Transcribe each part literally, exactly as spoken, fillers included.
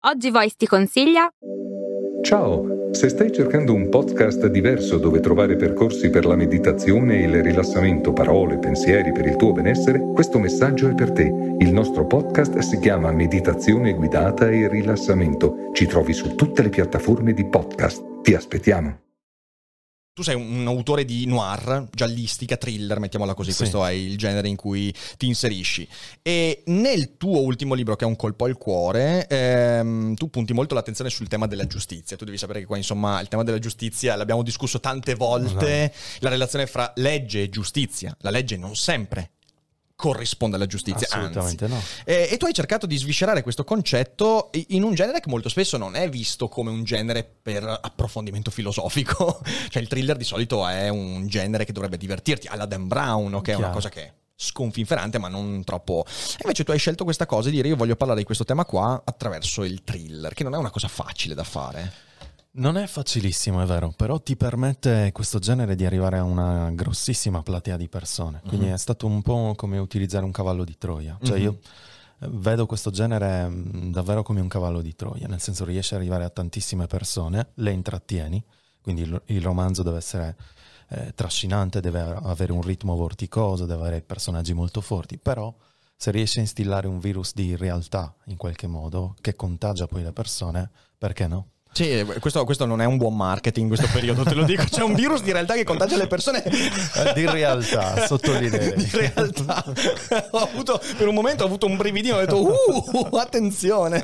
Oggi Voice ti consiglia... Ciao, se stai cercando un podcast diverso dove trovare percorsi per la meditazione e il rilassamento, parole, pensieri per il tuo benessere, questo messaggio è per te. Il nostro podcast si chiama Meditazione guidata e rilassamento. Ci trovi su tutte le piattaforme di podcast. Ti aspettiamo. Tu sei un autore di noir, giallistica, thriller, mettiamola così, sì. Questo è il genere in cui ti inserisci. E nel tuo ultimo libro, che è Un colpo al cuore, ehm, tu punti molto l'attenzione sul tema della giustizia. Tu devi sapere che qua, insomma, il tema della giustizia l'abbiamo discusso tante volte, no. La relazione fra legge e giustizia. La legge non sempre corrisponde alla giustizia, assolutamente anzi. No. E, e tu hai cercato di sviscerare questo concetto in un genere che molto spesso non è visto come un genere per approfondimento filosofico. Cioè il thriller di solito è un genere che dovrebbe divertirti, alla Dan Brown, che è una cosa che è sconfinferante ma non troppo. E invece tu hai scelto questa cosa di dire: io voglio parlare di questo tema qua attraverso il thriller, che non è una cosa facile da fare. Non è facilissimo, è vero, però ti permette questo genere di arrivare a una grossissima platea di persone. Quindi mm-hmm. è stato un po' come utilizzare un cavallo di Troia. Cioè mm-hmm. io vedo questo genere davvero come un cavallo di Troia, nel senso riesci ad arrivare a tantissime persone, le intrattieni, quindi il, il romanzo deve essere eh, trascinante, deve avere un ritmo vorticoso, deve avere personaggi molto forti, però se riesci a instillare un virus di realtà in qualche modo che contagia poi le persone, perché no? Sì, questo, questo non è un buon marketing in questo periodo, te lo dico. C'è un virus di realtà che contagia le persone. Di realtà, sottolineo. Di realtà. Ho avuto, per un momento ho avuto un brividino, ho detto uh, attenzione.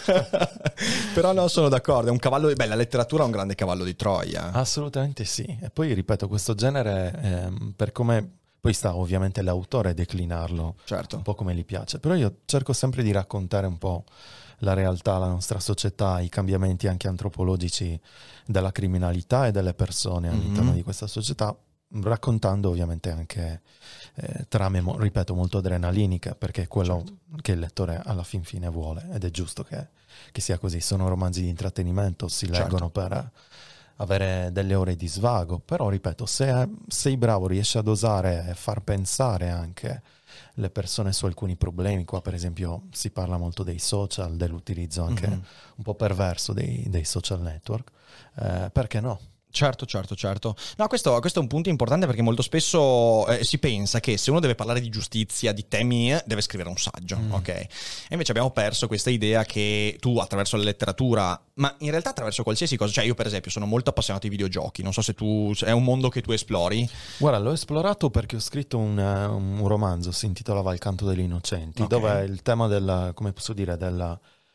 Però no, sono d'accordo, è un cavallo, beh, la letteratura è un grande cavallo di Troia. Assolutamente sì. E poi ripeto, questo genere, ehm, per come... Poi sta ovviamente l'autore a declinarlo, certo, un po' come gli piace. Però io cerco sempre di raccontare un po' la realtà, la nostra società, i cambiamenti anche antropologici della criminalità e delle persone all'interno mm-hmm. di questa società, raccontando ovviamente anche eh, trame, ripeto, molto adrenaliniche, perché è quello certo. che il lettore alla fin fine vuole, ed è giusto che, che sia così. Sono romanzi di intrattenimento, si leggono certo. per avere delle ore di svago, però ripeto, se sei bravo riesci a dosare e far pensare anche le persone su alcuni problemi. Qua per esempio si parla molto dei social, dell'utilizzo anche mm-hmm. un po' perverso dei, dei social network, eh, perché no? Certo, certo, certo. No, questo, questo è un punto importante, perché molto spesso eh, si pensa che se uno deve parlare di giustizia, di temi, deve scrivere un saggio, mm. ok? E invece abbiamo perso questa idea che tu attraverso la letteratura, ma in realtà attraverso qualsiasi cosa, cioè io per esempio sono molto appassionato di videogiochi, non so se tu, è un mondo che tu esplori. Guarda, l'ho esplorato perché ho scritto un, un romanzo, si intitolava Il canto degli innocenti, okay. dove il tema del, come posso dire, della...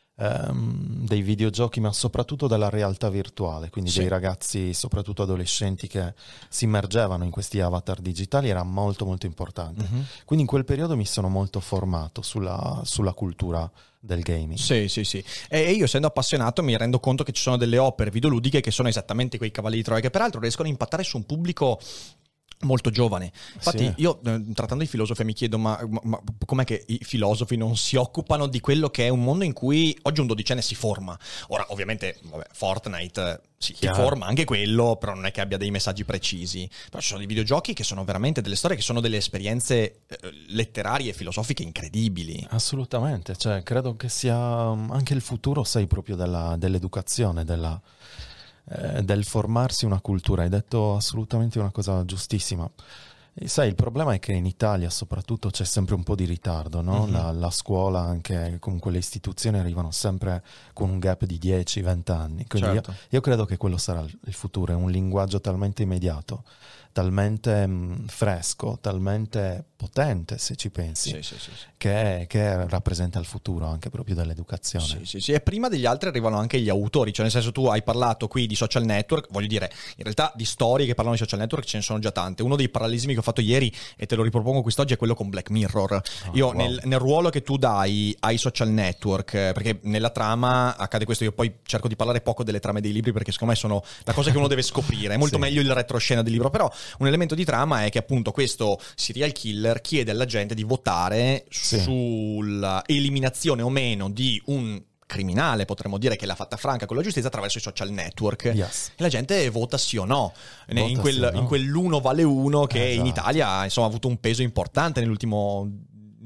Um, dei videogiochi, ma soprattutto della realtà virtuale, quindi sì. dei ragazzi, soprattutto adolescenti, che si immergevano in questi avatar digitali, era molto molto importante. Mm-hmm. Quindi in quel periodo mi sono molto formato sulla, sulla cultura del gaming. Sì, sì, sì. E io, essendo appassionato, mi rendo conto che ci sono delle opere videoludiche che sono esattamente quei cavalli di Troia, che peraltro riescono a impattare su un pubblico molto giovane. Infatti sì. io eh, trattando i filosofi mi chiedo ma, ma, ma com'è che i filosofi non si occupano di quello che è un mondo in cui oggi un dodicenne si forma. Ora ovviamente vabbè, Fortnite sì, ti forma anche quello, però non è che abbia dei messaggi precisi. Però ci sono dei videogiochi che sono veramente delle storie, che sono delle esperienze eh, letterarie e filosofiche incredibili. Assolutamente, cioè credo che sia anche il futuro, sai, proprio della, dell'educazione, della Eh, del formarsi una cultura. Hai detto assolutamente una cosa giustissima. E sai, il problema è che in Italia soprattutto c'è sempre un po' di ritardo, no? Mm-hmm. La, la scuola, anche comunque le istituzioni arrivano sempre con un gap di dieci venti anni. Quindi certo. io, io credo che quello sarà il futuro, è un linguaggio talmente immediato, talmente mh, fresco, talmente potente, se ci pensi, sì, sì, sì, sì. Che, che rappresenta il futuro anche proprio dell'educazione. Sì, sì, sì. E prima degli altri arrivano anche gli autori, cioè nel senso, tu hai parlato qui di social network, voglio dire, in realtà di storie che parlano di social network ce ne sono già tante. Uno dei parallelismi che ho fatto ieri, e te lo ripropongo quest'oggi, è quello con Black Mirror. Oh, io wow. nel, nel ruolo che tu dai ai social network, perché nella trama accade questo, io poi cerco di parlare poco delle trame dei libri, perché secondo me sono la cosa che uno deve scoprire, è molto sì. meglio il retroscena del libro, però un elemento di trama è che appunto questo serial killer chiede alla gente di votare sì. sulla eliminazione o meno di un criminale, potremmo dire, che l'ha fatta franca con la giustizia attraverso i social network. Yes. E la gente vota sì o no, Vota in, quel, sì o no. in quell'uno vale uno che esatto. in Italia insomma ha avuto un peso importante nell'ultimo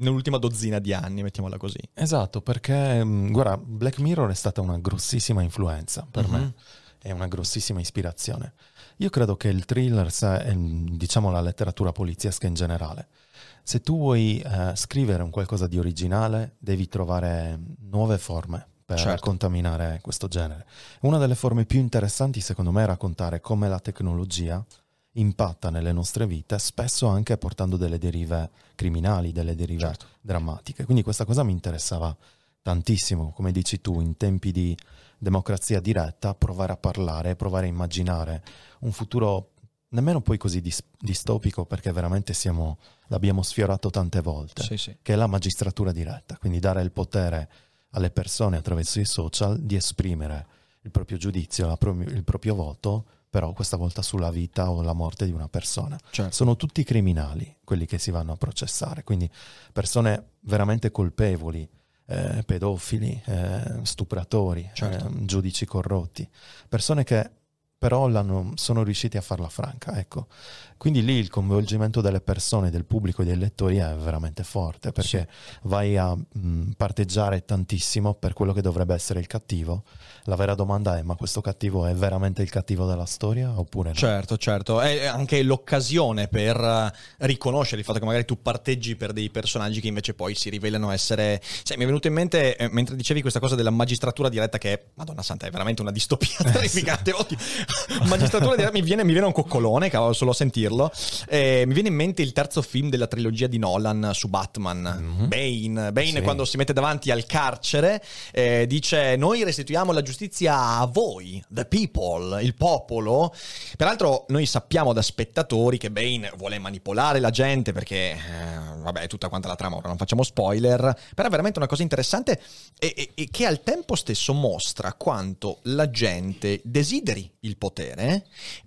nell'ultima dozzina di anni, mettiamola così. Esatto, perché guarda, Black Mirror è stata una grossissima influenza per Mm-hmm. me, è una grossissima ispirazione. Io credo che il thriller è, diciamo, la letteratura poliziesca in generale. Se tu vuoi eh, scrivere un qualcosa di originale, devi trovare nuove forme per Certo. contaminare questo genere. Una delle forme più interessanti, secondo me, è raccontare come la tecnologia impatta nelle nostre vite, spesso anche portando delle derive criminali, delle derive Certo. drammatiche. Quindi questa cosa mi interessava tantissimo, come dici tu, in tempi di democrazia diretta, provare a parlare, provare a immaginare un futuro nemmeno poi così dis- distopico, perché veramente siamo, l'abbiamo sfiorato tante volte, Sì, sì. che è la magistratura diretta, quindi dare il potere alle persone attraverso i social di esprimere il proprio giudizio, la pro- il proprio voto, però questa volta sulla vita o la morte di una persona. Certo. Sono tutti criminali quelli che si vanno a processare, quindi persone veramente colpevoli, eh, pedofili, eh, stupratori, Certo. eh, giudici corrotti, persone che però l'hanno, sono riusciti a farla franca, ecco. Quindi lì il coinvolgimento delle persone, del pubblico e dei lettori è veramente forte, perché Sì. vai a mh, parteggiare tantissimo per quello che dovrebbe essere il cattivo. La vera domanda è: ma questo cattivo è veramente il cattivo della storia oppure no? Certo, certo. È anche l'occasione per eh, riconoscere il fatto che magari tu parteggi per dei personaggi che invece poi si rivelano essere... Cioè, mi è venuto in mente, eh, mentre dicevi questa cosa della magistratura diretta, che è, Madonna Santa, è veramente una distopia terrificante. Oddio. Magistratura diretta, mi viene, mi viene un coccolone, cavolo, solo a sentirlo. Eh, mi viene in mente il terzo film della trilogia di Nolan su Batman, Mhm. Bane. Bane, Sì. quando si mette davanti al carcere, eh, dice: noi restituiamo la giustizia a voi, the people, il popolo. Peraltro noi sappiamo da spettatori che Bane vuole manipolare la gente perché, eh, vabbè, è tutta quanta la trama, ora non facciamo spoiler, però è veramente una cosa interessante e, e- e che al tempo stesso mostra quanto la gente desideri il potere,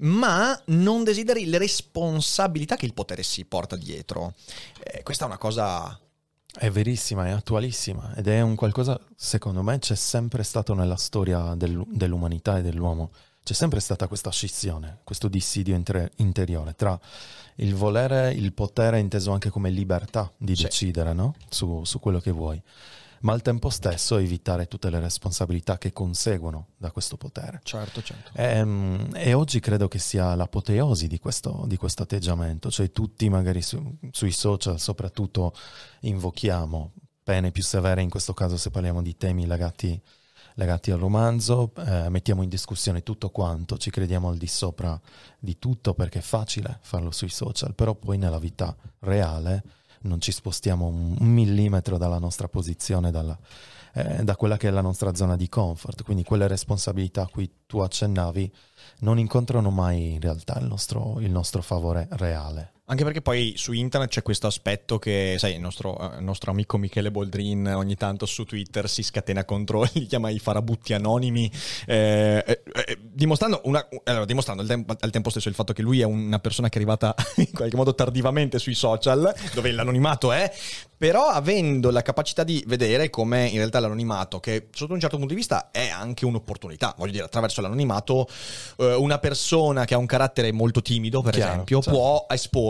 ma non desideri le responsabilità che il potere si porta dietro. Eh, questa è una cosa... È verissima, è attualissima ed è un qualcosa, secondo me, c'è sempre stato nella storia del- dell'umanità e dell'uomo. C'è sempre stata questa scissione, questo dissidio inter- interiore tra il volere, il potere inteso anche come libertà di Sì. decidere, no? Su, su quello che vuoi, ma al tempo stesso evitare tutte le responsabilità che conseguono da questo potere. Certo, certo. E, e oggi credo che sia l'apoteosi di questo, di questo atteggiamento, cioè tutti magari su- sui social soprattutto invochiamo pene più severe, in questo caso se parliamo di temi legati, legati al romanzo, eh, mettiamo in discussione tutto quanto, ci crediamo al di sopra di tutto perché è facile farlo sui social, però poi nella vita reale non ci spostiamo un, un millimetro dalla nostra posizione, dalla, eh, da quella che è la nostra zona di comfort, quindi quelle responsabilità a cui tu accennavi non incontrano mai in realtà il nostro, il nostro favore reale. Anche perché poi su internet c'è questo aspetto che, sai, il nostro, eh, il nostro amico Michele Boldrin ogni tanto su Twitter si scatena contro, li chiama i farabutti anonimi, eh, eh, eh, dimostrando, una, allora, dimostrando al, tempo, al tempo stesso il fatto che lui è una persona che è arrivata in qualche modo tardivamente sui social, dove l'anonimato è, però avendo la capacità di vedere come in realtà l'anonimato, che sotto un certo punto di vista è anche un'opportunità, voglio dire, attraverso l'anonimato eh, una persona che ha un carattere molto timido, per Chiaro, esempio, certo. può esporsi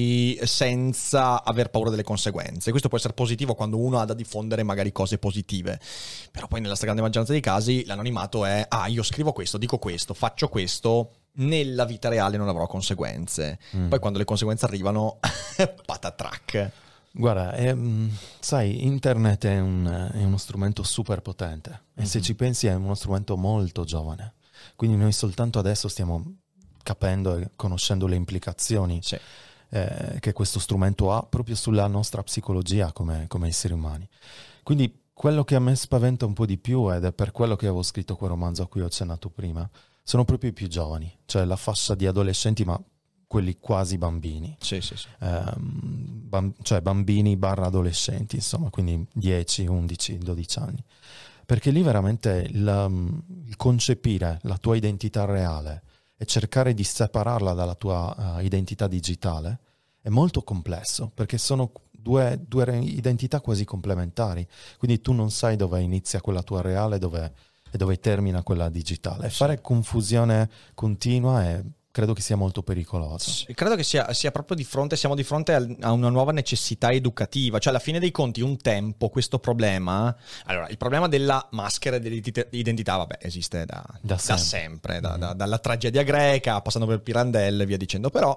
senza aver paura delle conseguenze. Questo può essere positivo quando uno ha da diffondere magari cose positive, però poi nella stragrande maggioranza dei casi l'anonimato è: ah, io scrivo questo, dico questo, faccio questo, nella vita reale non avrò conseguenze. Mm. Poi quando le conseguenze arrivano patatrack. Guarda, è, mm, sai, internet è, un, è uno strumento super potente e se Mhm. ci pensi è uno strumento molto giovane, quindi noi soltanto adesso stiamo capendo e conoscendo le implicazioni Sì. eh, che questo strumento ha proprio sulla nostra psicologia come, come esseri umani. Quindi quello che a me spaventa un po' di più, ed è per quello che avevo scritto quel romanzo a cui ho accennato prima, sono proprio i più giovani, cioè la fascia di adolescenti, ma quelli quasi bambini. Sì, sì, sì. Ehm, bam- cioè bambini barra adolescenti, insomma, quindi dieci, undici, dodici anni. Perché lì veramente il, il concepire la tua identità reale e cercare di separarla dalla tua uh, identità digitale è molto complesso, perché sono due, due re- identità quasi complementari. Quindi tu non sai dove inizia quella tua reale dove, e dove termina quella digitale. E fare confusione continua è credo che sia molto pericoloso. Sì, credo che sia, sia proprio di fronte, siamo di fronte a, a una nuova necessità educativa, cioè alla fine dei conti un tempo questo problema, allora il problema della maschera dell'identità, vabbè, esiste da, da sempre, da sempre da, mm-hmm. da, dalla tragedia greca, passando per Pirandello e via dicendo, però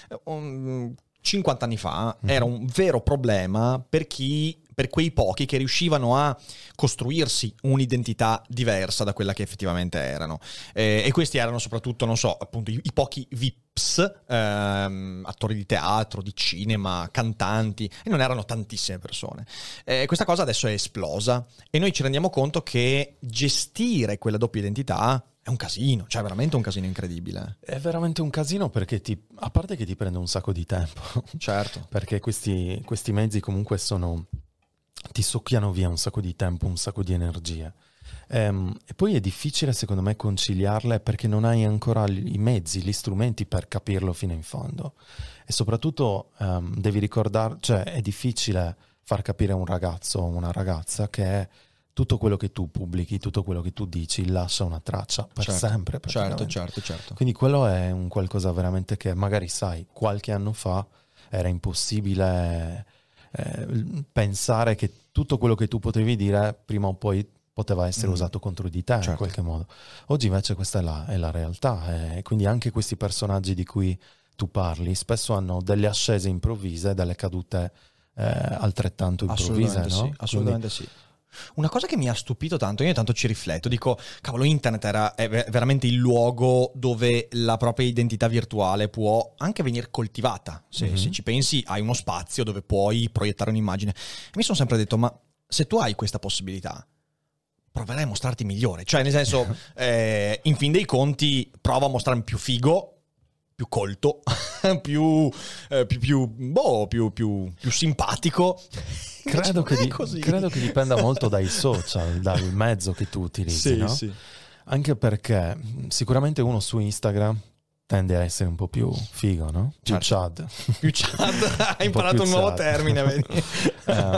um, cinquanta anni fa mm-hmm. era un vero problema per chi... per quei pochi che riuscivano a costruirsi un'identità diversa da quella che effettivamente erano. Eh, e questi erano soprattutto, non so, appunto i, i pochi V I Ps, ehm, attori di teatro, di cinema, cantanti, e non erano tantissime persone. Eh, questa cosa adesso è esplosa e noi ci rendiamo conto che gestire quella doppia identità è un casino, cioè veramente un casino incredibile. È veramente un casino perché ti, a parte che ti prende un sacco di tempo. Certo. Perché questi, questi mezzi comunque sono... ti succhiano via un sacco di tempo, un sacco di energie. Ehm, e poi è difficile secondo me conciliarle perché non hai ancora i mezzi, gli strumenti per capirlo fino in fondo. E soprattutto um, devi ricordare, cioè è difficile far capire a un ragazzo o una ragazza che tutto quello che tu pubblichi, tutto quello che tu dici lascia una traccia per certo, sempre. Certo, certo, certo. Quindi quello è un qualcosa veramente che magari sai, qualche anno fa era impossibile... Eh, pensare che tutto quello che tu potevi dire prima o poi poteva essere mm. usato contro di te, certo. in qualche modo. Oggi invece questa è la, è la realtà, e quindi anche questi personaggi di cui tu parli spesso hanno delle ascese improvvise, delle cadute eh, altrettanto improvvise. Assolutamente, no? sì, assolutamente quindi... sì. Una cosa che mi ha stupito tanto, io tanto ci rifletto, dico, cavolo, internet era, è veramente il luogo dove la propria identità virtuale può anche venire coltivata. Se, mm-hmm. se ci pensi, hai uno spazio dove puoi proiettare un'immagine. E mi sono sempre detto, ma se tu hai questa possibilità, proverai a mostrarti migliore. Cioè, nel senso, eh, in fin dei conti, prova a mostrarmi più figo, più colto, più, eh, più, più, boh, più, più, più simpatico. Credo che, di, credo che dipenda molto dai social, dal mezzo che tu utilizzi, sì, no? Sì. Anche perché sicuramente uno su Instagram tende a essere un po' più figo, no? Più certo. Chad. Più Chad, hai imparato un nuovo termine, vedi? um,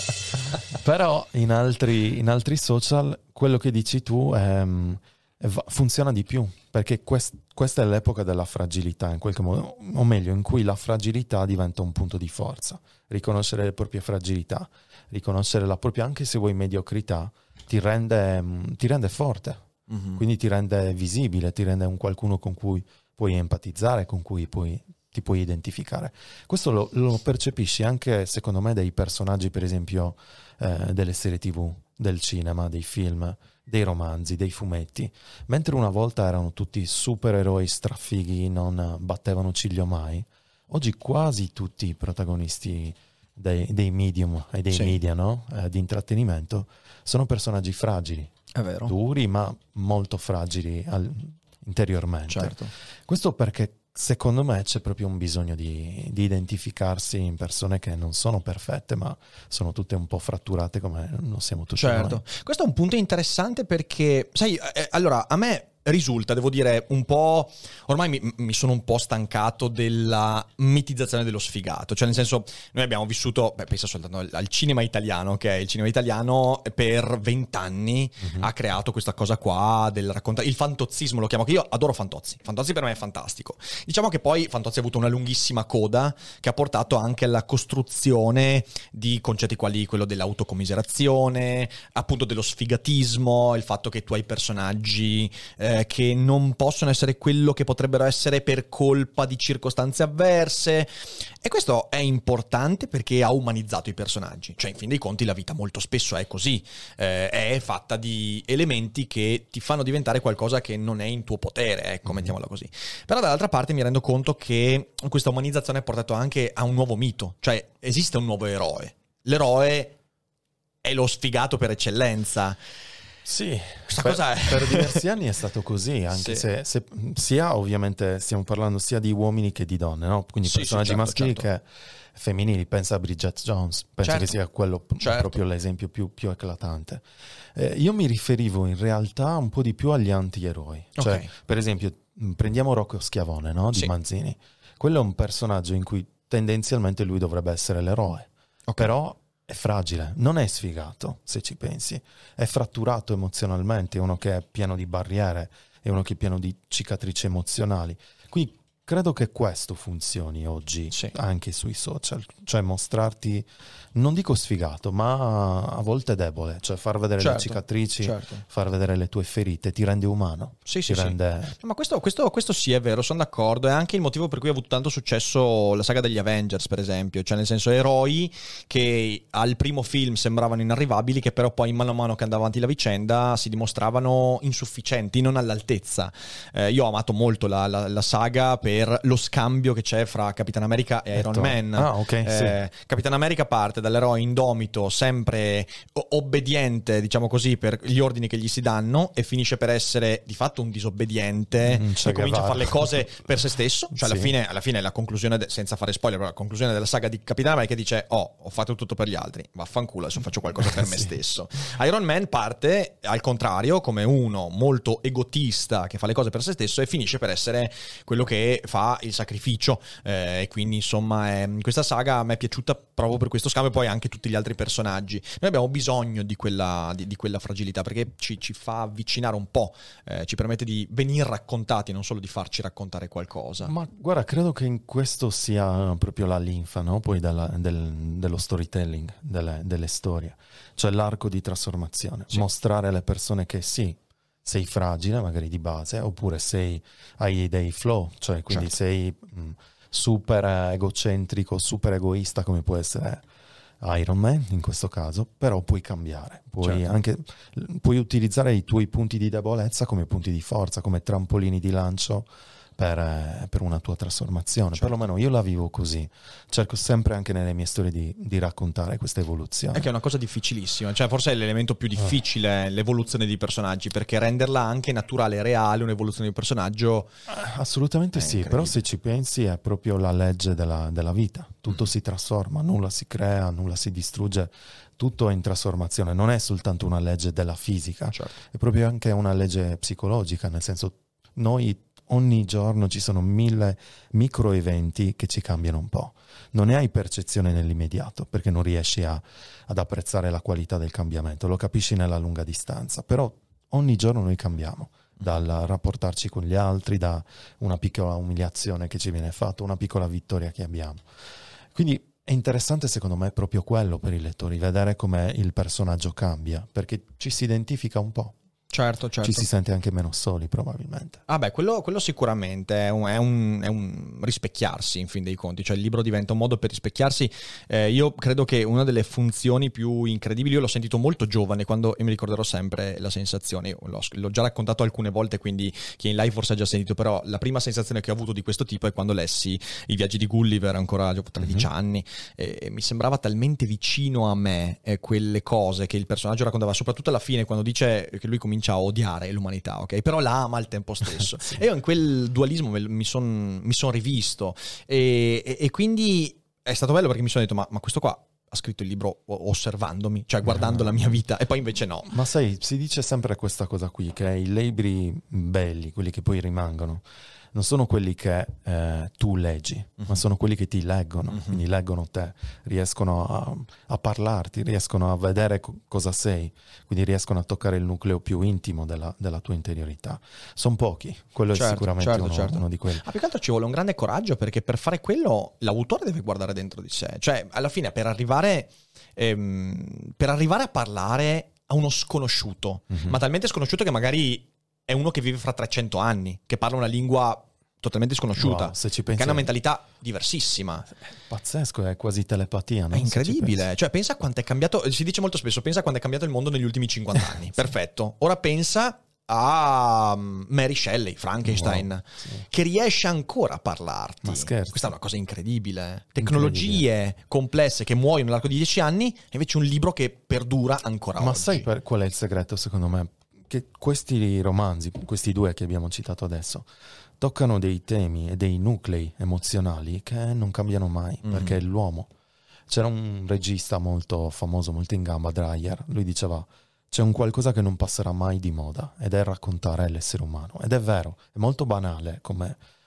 però in altri, in altri social quello che dici tu è... funziona di più, perché quest, questa è l'epoca della fragilità in qualche modo, o meglio in cui la fragilità diventa un punto di forza. Riconoscere le proprie fragilità, riconoscere la propria, anche se vuoi, mediocrità ti rende, ti rende forte, mm-hmm. quindi ti rende visibile, ti rende un qualcuno con cui puoi empatizzare, con cui puoi, ti puoi identificare. Questo lo, lo percepisci anche secondo me dei personaggi, per esempio eh, delle serie tv, del cinema, dei film, dei romanzi, dei fumetti. Mentre una volta erano tutti supereroi strafighi, non battevano ciglio mai, oggi quasi tutti i protagonisti dei, dei medium e dei sì. media, no? eh, di intrattenimento sono personaggi fragili, è vero. duri ma molto fragili al, interiormente. Certo. Questo perché secondo me c'è proprio un bisogno di, di identificarsi in persone che non sono perfette, ma sono tutte un po' fratturate come non siamo tutti certo. noi. Questo è un punto interessante perché, sai, eh, allora a me risulta, devo dire, un po'... Ormai mi, mi sono un po' stancato della mitizzazione dello sfigato. Cioè, nel senso, noi abbiamo vissuto, beh, pensa soltanto al, al cinema italiano, ok? Il cinema italiano per vent'anni mm-hmm. ha creato questa cosa qua del raccontare... Il fantozzismo lo chiamo, che io adoro Fantozzi. Fantozzi per me è fantastico. Diciamo che poi Fantozzi ha avuto una lunghissima coda che ha portato anche alla costruzione di concetti quali quello dell'autocommiserazione, appunto dello sfigatismo, il fatto che tu hai personaggi... Eh, che non possono essere quello che potrebbero essere per colpa di circostanze avverse, e questo è importante perché ha umanizzato i personaggi. Cioè, in fin dei conti la vita molto spesso è così, eh, è fatta di elementi che ti fanno diventare qualcosa che non è in tuo potere, ecco, mm-hmm. mettiamola così. Però dall'altra parte mi rendo conto che questa umanizzazione ha portato anche a un nuovo mito, cioè esiste un nuovo eroe. L'eroe è lo sfigato per eccellenza. Sì, questa per, cosa è... per diversi anni è stato così, anche sì. se, se sia ovviamente stiamo parlando sia di uomini che di donne, no? Quindi sì, personaggi sì, certo, maschili certo. che femminili. Pensa a Bridget Jones, penso certo. che sia quello certo. proprio l'esempio più, più eclatante. Eh, io mi riferivo in realtà un po' di più agli antieroi, cioè okay. per esempio prendiamo Rocco Schiavone, no? Di sì. Manzini. Quello è un personaggio in cui tendenzialmente lui dovrebbe essere l'eroe, okay. però è fragile, non è sfigato, se ci pensi, è fratturato emozionalmente, è uno che è pieno di barriere, è uno che è pieno di cicatrici emozionali, Quindi credo che questo funzioni oggi Sì. anche sui social, cioè mostrarti, non dico sfigato, ma a volte debole, cioè far vedere Certo, le cicatrici, certo. far vedere le tue ferite, ti rende umano. Sì, ti sì, rende... sì. Ma questo, questo, questo sì è vero, sono d'accordo. È anche il motivo per cui ha avuto tanto successo la saga degli Avengers, per esempio. Cioè, nel senso, eroi che al primo film sembravano inarrivabili, che però poi, man mano che andava avanti la vicenda, si dimostravano insufficienti, non all'altezza. Eh, io ho amato molto la, la, la saga per lo scambio che c'è fra Capitan America e Iron Man. Ah, ok, Eh, sì. Capitan America parte dall'eroe indomito, sempre o- obbediente, diciamo così, per gli ordini che gli si danno, e finisce per essere di fatto un disobbediente Mm, Che e comincia a Guevara. fare le cose per se stesso. Cioè, alla Sì. fine, alla fine la conclusione, de- senza fare spoiler, però la conclusione della saga di Capitan America dice: oh, ho fatto tutto per gli altri, vaffanculo, adesso faccio qualcosa per me Sì. stesso. Iron Man parte al contrario, come uno molto egotista che fa le cose per se stesso, e finisce per essere quello che fa il sacrificio. Eh, e quindi, insomma, è- questa saga a me è piaciuta proprio per questo scambio, e poi anche tutti gli altri personaggi. Noi abbiamo bisogno di quella, di, di quella fragilità, perché ci, ci fa avvicinare un po', eh, ci permette di venire raccontati, non solo di farci raccontare qualcosa. Ma guarda, credo che in questo sia proprio la linfa, no? Poi della- del- dello storytelling, delle, delle storie, cioè l'arco di trasformazione, Sì. mostrare alle persone che sì, sei fragile magari di base, oppure sei, hai dei flow, cioè quindi Certo. sei mh, super egocentrico, super egoista, come può essere Iron Man in questo caso, però puoi cambiare, puoi Certo. anche puoi utilizzare i tuoi punti di debolezza come punti di forza, come trampolini di lancio per, eh, per una tua trasformazione. Certo. Perlomeno io la vivo così, cerco sempre anche nelle mie storie di, di raccontare questa evoluzione. È che è una cosa difficilissima, cioè forse è l'elemento più difficile, l'evoluzione dei personaggi, perché renderla anche naturale e reale, un'evoluzione di un personaggio. Assolutamente È sì, incredibile. però se ci pensi è proprio la legge della, della vita, tutto si trasforma, nulla si crea, nulla si distrugge, tutto è in trasformazione, non è soltanto una legge della fisica, Certo. è proprio anche una legge psicologica, nel senso noi ogni giorno ci sono mille micro eventi che ci cambiano un po', non ne hai percezione nell'immediato perché non riesci a, ad apprezzare la qualità del cambiamento, lo capisci nella lunga distanza, però ogni giorno noi cambiamo, dal rapportarci con gli altri, da una piccola umiliazione che ci viene fatta, una piccola vittoria che abbiamo. Quindi è interessante secondo me proprio quello per i lettori, vedere come il personaggio cambia, perché ci si identifica un po', Certo, certo. ci si sente anche meno soli probabilmente. Ah beh, quello, quello sicuramente è un, è, un, è un rispecchiarsi in fin dei conti, cioè il libro diventa un modo per rispecchiarsi. Eh, io credo che una delle funzioni più incredibili, io l'ho sentito molto giovane quando, e mi ricorderò sempre la sensazione, io l'ho, l'ho già raccontato alcune volte, quindi chi è in live forse ha già sentito, però la prima sensazione che ho avuto di questo tipo è quando lessi I viaggi di Gulliver, ancora avevo tredici Mm-hmm. anni, e, e mi sembrava talmente vicino a me, eh, quelle cose che il personaggio raccontava, soprattutto alla fine quando dice che lui comincia a odiare l'umanità, ok? Però la ama al tempo stesso. Sì. E io in quel dualismo me- mi sono mi son rivisto e, e- e quindi è stato bello, perché mi sono detto ma, ma questo qua ha scritto il libro o- osservandomi, cioè guardando la mia vita, e poi invece no. Ma sai, si dice sempre questa cosa qui, che i libri belli, quelli che poi rimangono, non sono quelli che eh, tu leggi, Mhm. ma sono quelli che ti leggono, Mhm. quindi leggono te, riescono a, a parlarti, riescono a vedere co- cosa sei, quindi riescono a toccare il nucleo più intimo della, della tua interiorità. Sono pochi, quello Certo, è sicuramente certo, uno, certo. uno di quelli. Ah, più che altro ci vuole un grande coraggio, perché per fare quello l'autore deve guardare dentro di sé, cioè alla fine per arrivare, ehm, per arrivare a parlare a uno sconosciuto, Mhm. ma talmente sconosciuto che magari è uno che vive fra trecento anni, che parla una lingua totalmente sconosciuta, Wow, se ci che pensi ha una è mentalità diversissima. pazzesco, è quasi telepatia, no? È Se ci incredibile, pensi. cioè pensa quanto è cambiato, si dice molto spesso, pensa quanto è cambiato il mondo negli ultimi cinquanta anni, perfetto. Ora pensa a um, Mary Shelley, Frankenstein, Wow, sì. che riesce ancora a parlarti. Ma scherzi. Questa è una cosa incredibile. Tecnologie complesse che muoiono nell'arco di dieci anni, e invece un libro che perdura ancora Ma oggi. sai per qual è il segreto secondo me? Che questi romanzi, questi due che abbiamo citato adesso, toccano dei temi e dei nuclei emozionali che non cambiano mai, Mhm. perché è l'uomo. C'era un regista molto famoso, molto in gamba, Dreyer, lui diceva c'è un qualcosa che non passerà mai di moda ed è raccontare l'essere umano. Ed è vero, è molto banale come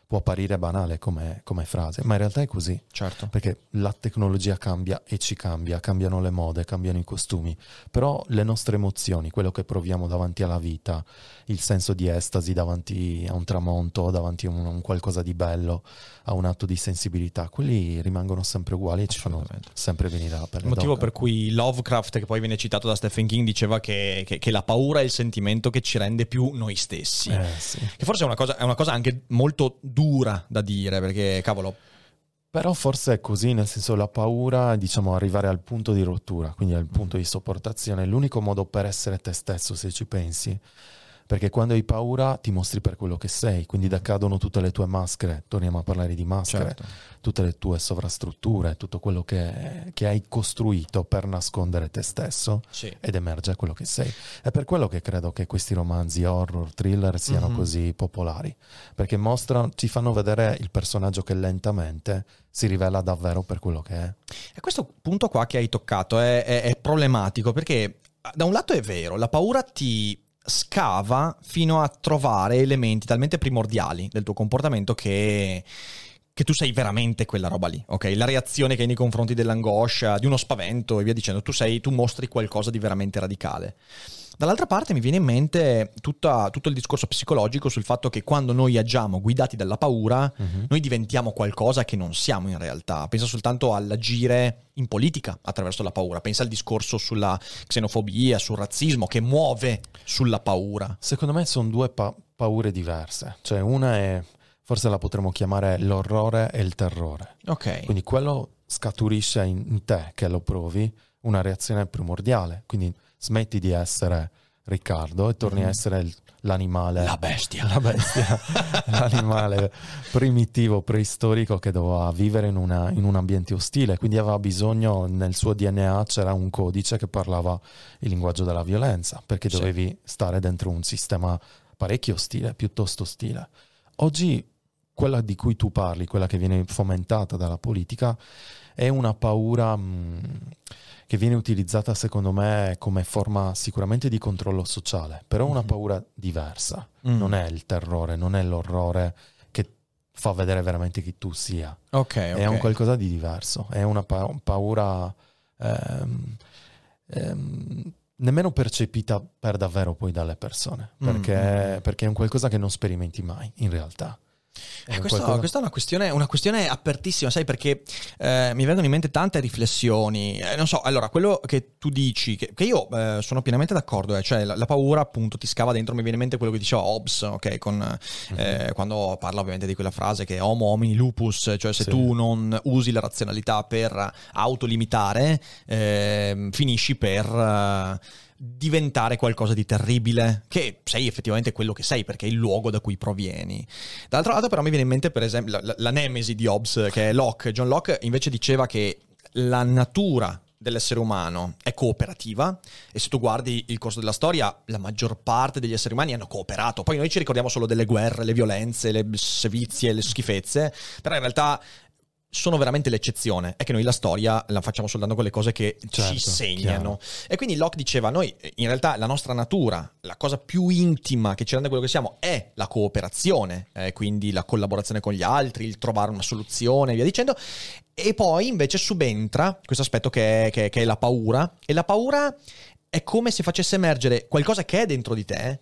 può apparire banale come, come frase, ma in realtà è così. Certo. Perché la tecnologia cambia e ci cambia, cambiano le mode, cambiano i costumi, però le nostre emozioni, quello che proviamo davanti alla vita, il senso di estasi davanti a un tramonto, davanti a un, un qualcosa di bello, a un atto di sensibilità, quelli rimangono sempre uguali e ci fanno sempre venire la pelle Il motivo d'oca. per cui Lovecraft, che poi viene citato da Stephen King, diceva che, che, che la paura è il sentimento che ci rende più noi stessi. Eh, sì. Che forse è una cosa, è una cosa anche molto dura da dire, perché cavolo. Però forse è così, nel senso la paura, diciamo, arrivare al punto di rottura, quindi al punto di sopportazione, è l'unico modo per essere te stesso, se ci pensi. Perché quando hai paura ti mostri per quello che sei, quindi decadono tutte le tue maschere, torniamo a parlare di maschere, Certo. tutte le tue sovrastrutture, tutto quello che, che hai costruito per nascondere te stesso, Sì. ed emerge quello che sei. È per quello che credo che questi romanzi horror, thriller siano Mhm. così popolari, perché mostrano, ci fanno vedere il personaggio che lentamente si rivela davvero per quello che è. E questo punto qua che hai toccato è, è, è problematico, perché da un lato è vero, la paura ti scava fino a trovare elementi talmente primordiali del tuo comportamento che, che tu sei veramente quella roba lì, ok? La reazione che hai nei confronti dell'angoscia, di uno spavento e via dicendo, tu sei, tu mostri qualcosa di veramente radicale. Dall'altra parte mi viene in mente tutta, tutto il discorso psicologico sul fatto che quando noi agiamo guidati dalla paura, Mhm. noi diventiamo qualcosa che non siamo in realtà. Pensa soltanto all'agire in politica attraverso la paura. Pensa al discorso sulla xenofobia, sul razzismo, che muove sulla paura. Secondo me sono due pa- paure diverse, cioè una è, forse la potremmo chiamare l'orrore e il terrore. Ok. Quindi quello scaturisce in, in te che lo provi una reazione primordiale, quindi smetti di essere Riccardo e torni Mhm. a essere il- l'animale, La bestia. la bestia, l'animale primitivo, preistorico che doveva vivere in, una- in un ambiente ostile, quindi aveva bisogno, nel suo D N A c'era un codice che parlava il linguaggio della violenza, perché Sì. dovevi stare dentro un sistema parecchio ostile, piuttosto ostile. Oggi quella di cui tu parli, quella che viene fomentata dalla politica, è una paura mh, che viene utilizzata secondo me come forma sicuramente di controllo sociale, però è una Mhm. paura diversa. Mm. Non è il terrore, non è l'orrore che fa vedere veramente chi tu sia. Ok, ok. È un qualcosa di diverso, è una pa- paura ehm, ehm, nemmeno percepita per davvero poi dalle persone, perché, Mm. perché è un qualcosa che non sperimenti mai in realtà. È Eh, un questo- qualcosa- questa è una questione, una questione apertissima, sai, perché eh, mi vengono in mente tante riflessioni. Eh, non so, allora, quello che tu dici, che, che io eh, sono pienamente d'accordo, eh, cioè la, la paura appunto ti scava dentro, mi viene in mente quello che diceva Hobbes, ok, con, eh, quando parla ovviamente di quella frase che homo homini lupus, cioè se Sì. tu non usi la razionalità per autolimitare, eh, finisci per... eh, diventare qualcosa di terribile, che sei effettivamente quello che sei perché è il luogo da cui provieni. Dall'altro lato però mi viene in mente per esempio la, la, la nemesi di Hobbes, che è Locke. John Locke invece diceva che la natura dell'essere umano è cooperativa, e se tu guardi il corso della storia la maggior parte degli esseri umani hanno cooperato. Poi noi ci ricordiamo solo delle guerre, le violenze, le sevizie, le schifezze, però in realtà sono veramente l'eccezione. È che noi la storia la facciamo soltanto con le cose che Certo, ci segnano. E quindi Locke diceva, noi in realtà la nostra natura, la cosa più intima che ci rende quello che siamo è la cooperazione, eh, quindi la collaborazione con gli altri, il trovare una soluzione e via dicendo. E poi invece subentra questo aspetto che è, che, che è la paura, e la paura è come se facesse emergere qualcosa che è dentro di te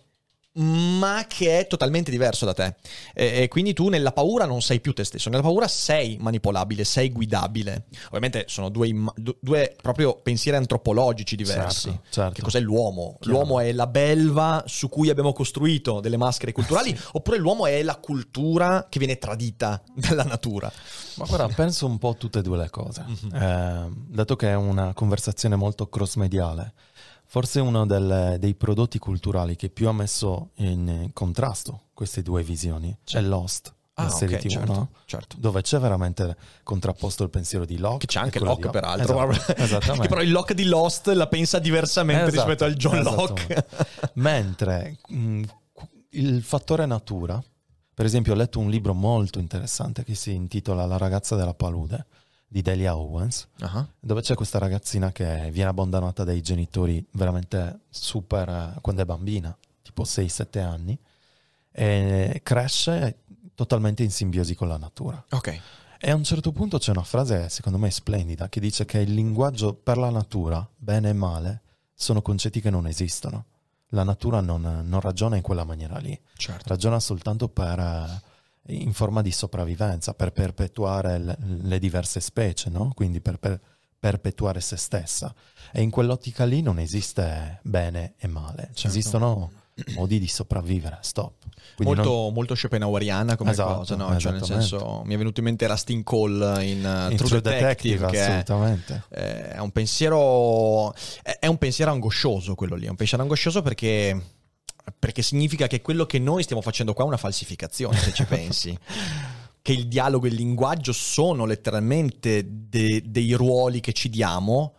ma che è totalmente diverso da te, e, e quindi tu nella paura non sei più te stesso, nella paura sei manipolabile, sei guidabile. Ovviamente sono due, imma- due proprio pensieri antropologici diversi. Certo, certo. Che cos'è l'uomo? Chiaro. L'uomo è la belva su cui abbiamo costruito delle maschere culturali, Sì. oppure l'uomo è la cultura che viene tradita dalla natura? Ma guarda, penso un po' tutte e due le cose. Mhm. Eh, dato che è una conversazione molto cross-mediale, forse uno del- dei prodotti culturali che più ha messo in contrasto queste due visioni Sì. è Lost, la Ah, serie ok, tivù, certo, no? certo. Dove c'è veramente contrapposto il pensiero di Locke. Che c'è anche e quello Locke, di- peraltro. Esatto, esattamente. Che però il Locke di Lost la pensa diversamente Esatto, rispetto al John esattamente. Locke. Mentre mh, il fattore natura, per esempio ho letto un libro molto interessante che si intitola La ragazza della palude di Delia Owens, Ah, dove c'è questa ragazzina che viene abbandonata dai genitori veramente super eh, quando è bambina, tipo sei sette anni, e cresce, totalmente in simbiosi con la natura. Ok. E a un certo punto c'è una frase, secondo me splendida, che dice che il linguaggio per la natura, bene e male, sono concetti che non esistono. La natura non, non ragiona in quella maniera lì. Certo. Ragiona soltanto per, eh, in forma di sopravvivenza, per perpetuare le, le diverse specie, no? Quindi per, per perpetuare se stessa. E in quell'ottica lì non esiste bene e male. Certo. Esistono modi di sopravvivere, stop. Quindi molto, non... molto Schopenhaueriana come Esatto, cosa, no? Cioè, nel senso, mi è venuto in mente Rustin Cole in, uh, in True, True Detective, Detective, che assolutamente. è, è un pensiero è, è un pensiero angoscioso quello lì, è un pensiero angoscioso perché perché significa che quello che noi stiamo facendo qua è una falsificazione, se ci pensi. Che il dialogo e il linguaggio sono letteralmente de, dei ruoli che ci diamo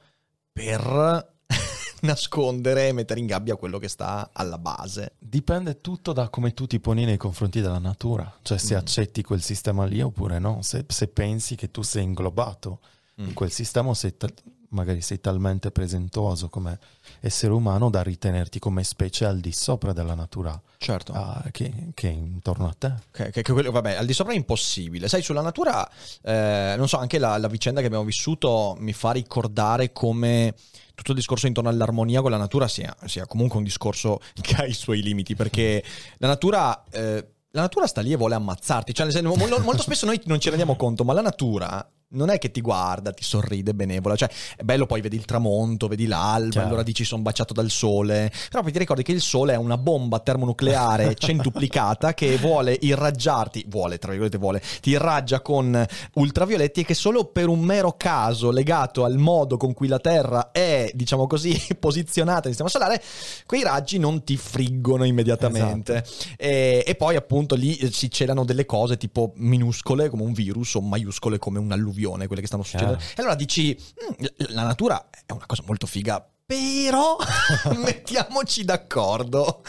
per nascondere e mettere in gabbia quello che sta alla base. Dipende tutto da come tu ti poni nei confronti della natura, cioè se mm. accetti quel sistema lì oppure no, se, se pensi che tu sei inglobato mm. in quel sistema, sei ta- magari sei talmente presentuoso come essere umano da ritenerti come specie al di sopra della natura, certo, uh, che, che è intorno a te. Che, che, che quello, vabbè, al di sopra è impossibile. Sai, sulla natura, eh, non so, anche la, la vicenda che abbiamo vissuto mi fa ricordare come tutto il discorso intorno all'armonia con la natura sia, sia comunque un discorso che ha i suoi limiti, perché la natura... Eh, la natura sta lì e vuole ammazzarti, cioè, nel senso, molto, molto spesso noi non ci rendiamo conto, ma la natura non è che ti guarda, ti sorride benevola, cioè è bello, poi vedi il tramonto, vedi l'alba, chiaro, allora dici sono baciato dal sole, però poi ti ricordi che il sole è una bomba termonucleare centuplicata che vuole irraggiarti, vuole, tra virgolette vuole, ti irraggia con ultravioletti e che solo per un mero caso legato al modo con cui la Terra è, diciamo così, posizionata nel sistema solare, quei raggi non ti friggono immediatamente. Esatto. e, e poi appunto lì si celano delle cose tipo minuscole come un virus o maiuscole come un'alluvione, quelle che stanno succedendo. Chiaro. E allora dici, la natura è una cosa molto figa, però mettiamoci d'accordo.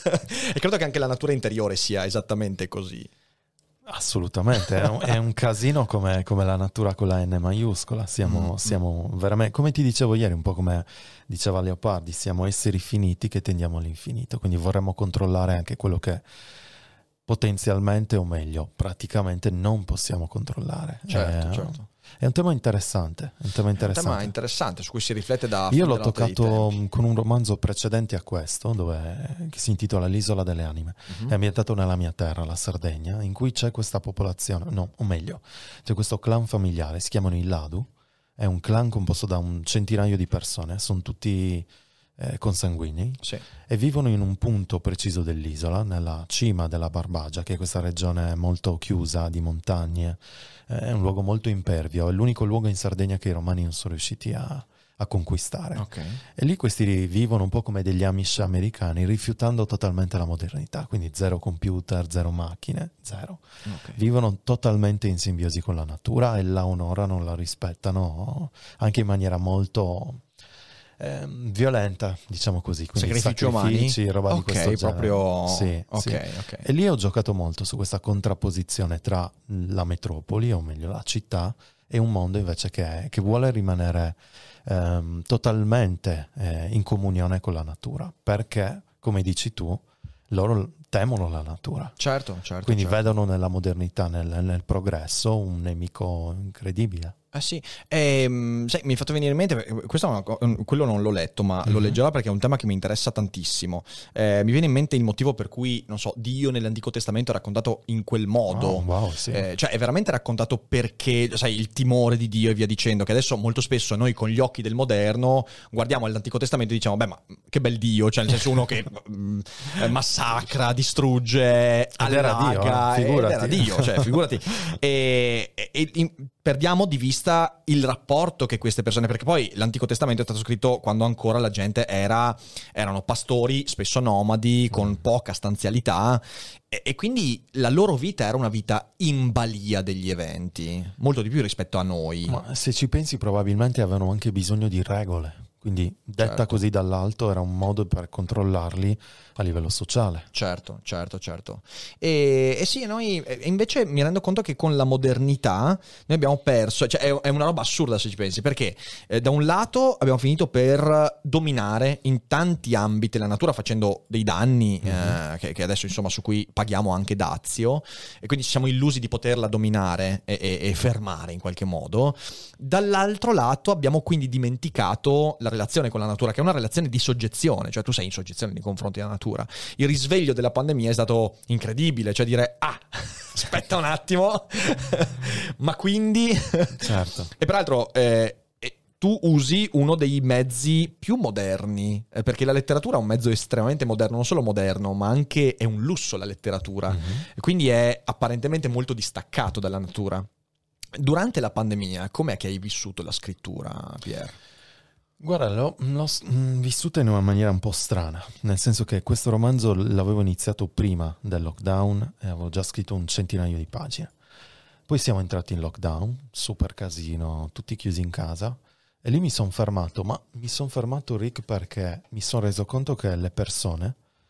E credo che anche la natura interiore sia esattamente così. Assolutamente, è un, è un casino come, come la natura con la N maiuscola. Siamo, mm. siamo veramente, come ti dicevo ieri, un po' come diceva Leopardi, siamo esseri finiti che tendiamo all'infinito, quindi vorremmo controllare anche quello che potenzialmente, o meglio, praticamente non possiamo controllare. Certo, è, certo. È un tema interessante, è un tema interessante. È un tema interessante su cui si riflette da... Io l'ho toccato con un romanzo precedente a questo, dove, che si intitola L'isola delle anime. Uh-huh. È ambientato nella mia terra, la Sardegna, in cui c'è questa popolazione, no, o meglio, c'è questo clan familiare, si chiamano i Ladu. È un clan composto da un centinaio di persone, sono tutti... Eh, consanguinei, sì, e vivono in un punto preciso dell'isola, nella cima della Barbagia, che è questa regione molto chiusa di montagne, eh, è un luogo molto impervio, è l'unico luogo in Sardegna che i romani non sono riusciti a, a conquistare. Okay. E lì questi vivono un po' come degli Amish americani, rifiutando totalmente la modernità, quindi zero computer, zero macchine, zero. Okay. Vivono totalmente in simbiosi con la natura e la onorano, la rispettano anche in maniera molto... Eh, violenta, diciamo così, quindi sacrifici, sacrifici umani, roba okay, di questo proprio... sì, okay, sì. Okay. E lì ho giocato molto su questa contrapposizione tra la metropoli, o meglio la città, e un mondo invece che, che vuole rimanere ehm, totalmente eh, in comunione con la natura, perché, come dici tu, loro temono la natura. Certo, certo. Quindi certo. vedono nella modernità, nel, nel progresso, un nemico incredibile. Ah sì, e, sai, mi hai fatto venire in mente, questo è una, quello non l'ho letto, ma mm-hmm. lo leggerò perché è un tema che mi interessa tantissimo. Eh, mi viene in mente il motivo per cui, non so, Dio nell'Antico Testamento è raccontato in quel modo. Oh, wow, sì. eh, cioè è veramente raccontato perché, sai, il timore di Dio e via dicendo, che adesso molto spesso noi con gli occhi del moderno guardiamo all'Antico Testamento e diciamo, beh, ma che bel Dio, cioè nel senso uno che mh, massacra, distrugge, allaga, ed era Dio, eh, era Dio, cioè figurati. e, e, e perdiamo di vista il rapporto che queste persone, perché poi l'Antico Testamento è stato scritto quando ancora la gente era erano pastori, spesso nomadi, con poca stanzialità, e, e quindi la loro vita era una vita in balia degli eventi, molto di più rispetto a noi. Ma se ci pensi probabilmente avevano anche bisogno di regole. Quindi detta Certo. così dall'alto era un modo per controllarli a livello sociale. Certo, certo, certo. E, e sì, noi e invece mi rendo conto che con la modernità noi abbiamo perso, cioè è, è una roba assurda se ci pensi, perché eh, da un lato abbiamo finito per dominare in tanti ambiti la natura facendo dei danni Mhm. eh, che, che adesso insomma su cui paghiamo anche dazio, e quindi ci siamo illusi di poterla dominare e, e- e fermare in qualche modo. Dall'altro lato abbiamo quindi dimenticato la relazione con la natura, che è una relazione di soggezione, cioè tu sei in soggezione nei confronti della natura. Il risveglio della pandemia è stato incredibile, cioè dire ah, aspetta un attimo, ma quindi... Certo. E peraltro eh, eh, tu usi uno dei mezzi più moderni, eh, perché la letteratura è un mezzo estremamente moderno, non solo moderno, ma anche è un lusso la letteratura, Mhm. e quindi è apparentemente molto distaccato dalla natura. Durante la pandemia, com'è che hai vissuto la scrittura, Pier? Guarda, l'ho, l'ho s- mh, vissuta in una maniera un po' strana, nel senso che questo romanzo l'avevo iniziato prima del lockdown e avevo già scritto un centinaio di pagine. Poi siamo entrati in lockdown, super casino, tutti chiusi in casa, e lì mi sono fermato, ma mi sono fermato, Rick, perché mi sono reso conto che le persone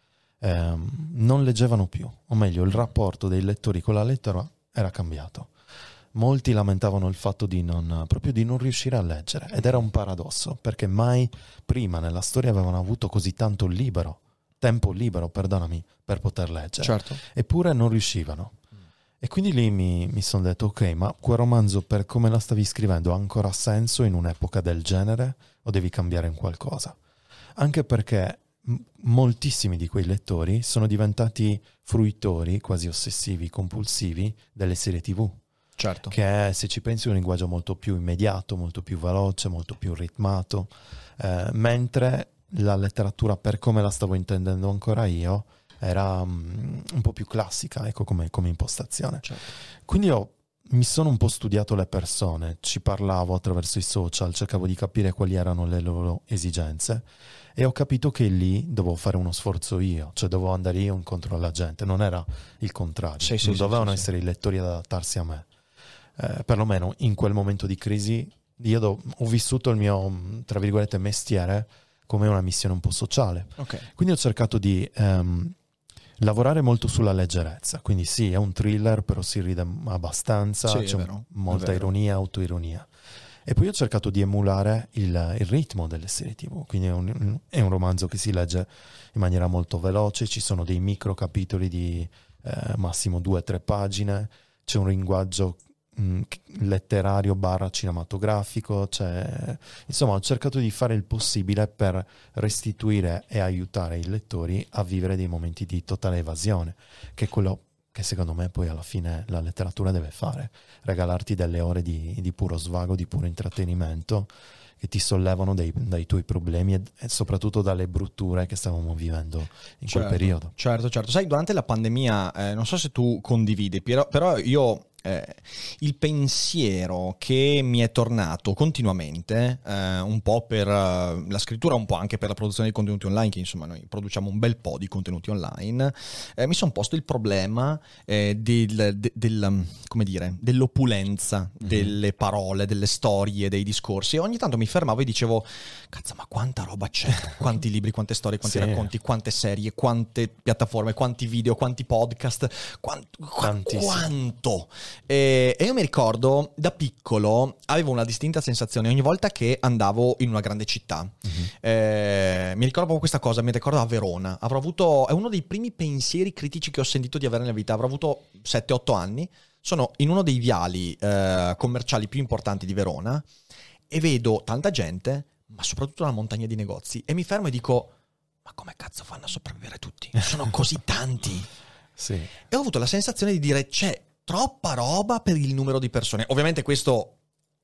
ehm, non leggevano più, o meglio, il rapporto dei lettori con la lettera era cambiato. Molti lamentavano il fatto di non, proprio di non riuscire a leggere, ed era un paradosso, perché mai prima nella storia avevano avuto così tanto libero, tempo libero, perdonami, per poter leggere, Certo. eppure non riuscivano. E quindi lì mi, mi sono detto, ok, ma quel romanzo, per come la stavi scrivendo, ha ancora senso in un'epoca del genere o devi cambiare in qualcosa? Anche perché m- moltissimi di quei lettori sono diventati fruitori, quasi ossessivi, compulsivi, delle serie tivù, Certo. che è, se ci pensi, un linguaggio molto più immediato, molto più veloce, molto più ritmato, eh, mentre la letteratura, per come la stavo intendendo ancora io, era mm, un po' più classica, ecco, come, come impostazione. Certo. Quindi ho- mi sono un po' studiato le persone, ci parlavo attraverso i social, cercavo di capire quali erano le loro esigenze, e ho capito che lì dovevo fare uno sforzo io, cioè dovevo andare io incontro alla gente, non era il contrario, Sì, sì, non sì, dovevano sì, sì. essere i lettori ad adattarsi a me. Eh, perlomeno in quel momento di crisi io do- ho vissuto il mio, mh, tra virgolette, mestiere come una missione un po' sociale. Ok. Quindi ho cercato di ehm, lavorare molto sulla leggerezza, quindi sì, è un thriller, però si ride abbastanza, Sì, è c'è vero, molta è vero. ironia, autoironia. E poi ho cercato di emulare il, il ritmo delle serie tivù, quindi è un, è un romanzo che si legge in maniera molto veloce, ci sono dei micro capitoli di eh, massimo due o tre pagine, c'è un linguaggio mh, letterario barra cinematografico, c'è... insomma ho cercato di fare il possibile per restituire e aiutare i lettori a vivere dei momenti di totale evasione, che è quello che secondo me poi alla fine la letteratura deve fare, regalarti delle ore di, di puro svago, di puro intrattenimento, che ti sollevano dai, dai tuoi problemi e, e soprattutto dalle brutture che stavamo vivendo in quel Certo, periodo. Certo, certo. Sai, durante la pandemia, eh, non so se tu condividi, però, però io eh, il pensiero che mi è tornato continuamente, eh, un po' per eh, la scrittura, un po' anche per la produzione di contenuti online, che insomma noi produciamo un bel po' di contenuti online, eh, mi sono posto il problema eh, del, de- del, come dire, dell'opulenza Mhm. delle parole, delle storie, dei discorsi, e ogni tanto mi fermavo e dicevo cazzo, ma quanta roba c'è, quanti libri, quante storie, quanti Sì. racconti, quante serie, quante piattaforme, quanti video, quanti podcast, quant- qua- Tantissimo. quanto. E, e io mi ricordo da piccolo avevo una distinta sensazione ogni volta che andavo in una grande città. Mhm. Eh, mi ricordo proprio questa cosa, mi ricordo a Verona. Avrò avuto, è uno dei primi pensieri critici che ho sentito di avere nella vita. Avrò avuto sette otto anni. Sono in uno dei viali eh, commerciali più importanti di Verona e vedo tanta gente, ma soprattutto una montagna di negozi, e mi fermo e dico ma come cazzo fanno a sopravvivere tutti? Sono così tanti. Sì. E ho avuto la sensazione di dire c'è troppa roba per il numero di persone. Ovviamente questo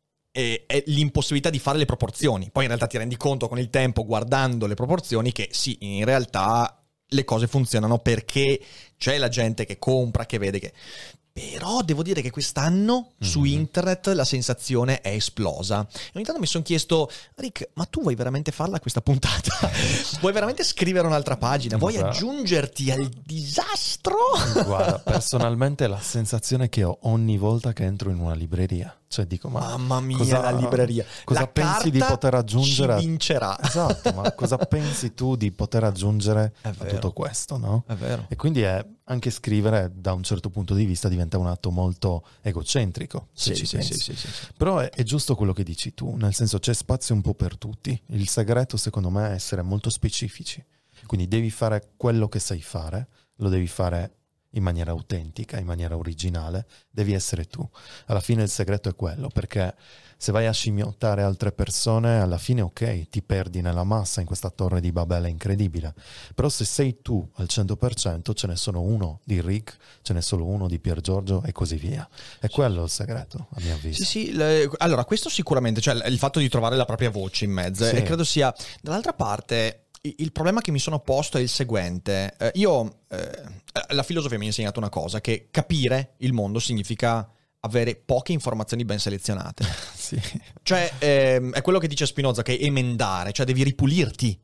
è, è l'impossibilità di fare le proporzioni. Poi in realtà ti rendi conto con il tempo, guardando le proporzioni, che sì, in realtà le cose funzionano perché c'è la gente che compra, che vede che... Però devo dire che quest'anno mm-hmm. su internet la sensazione è esplosa. E ogni tanto mi sono chiesto, Rick, ma tu vuoi veramente farla questa puntata? Vuoi veramente scrivere un'altra pagina? Vuoi Guarda. aggiungerti al disastro? Guarda, personalmente la sensazione che ho ogni volta che entro in una libreria. Cioè dico, ma mamma mia, cosa, la libreria. Cosa la pensi di poter aggiungere? Ci vincerà. Esatto, ma cosa pensi tu di poter aggiungere a tutto questo, no? È vero. E quindi è, anche scrivere da un certo punto di vista diventa un atto molto egocentrico, se sì, ci sì, pensi. sì, sì, sì. Però è, è giusto quello che dici tu, nel senso c'è spazio un po' per tutti. Il segreto secondo me è essere molto specifici. Quindi devi fare quello che sai fare, lo devi fare in maniera autentica, in maniera originale, devi essere tu. Alla fine il segreto è quello, perché se vai a scimmiottare altre persone, alla fine ok, ti perdi nella massa in questa torre di Babele incredibile, però se sei tu al cento per cento ce n'è solo uno di Rick, ce n'è solo uno di Pier Giorgio e così via. È quello il segreto, a mio avviso. Sì, sì, le, allora questo sicuramente, cioè il fatto di trovare la propria voce in mezzo, sì. E credo sia, dall'altra parte... Il problema che mi sono posto è il seguente. Eh, io, eh, la filosofia mi ha insegnato una cosa, che capire il mondo significa avere poche informazioni ben selezionate. Sì. Cioè, ehm, è quello che dice Spinoza, che è emendare, cioè devi ripulirti.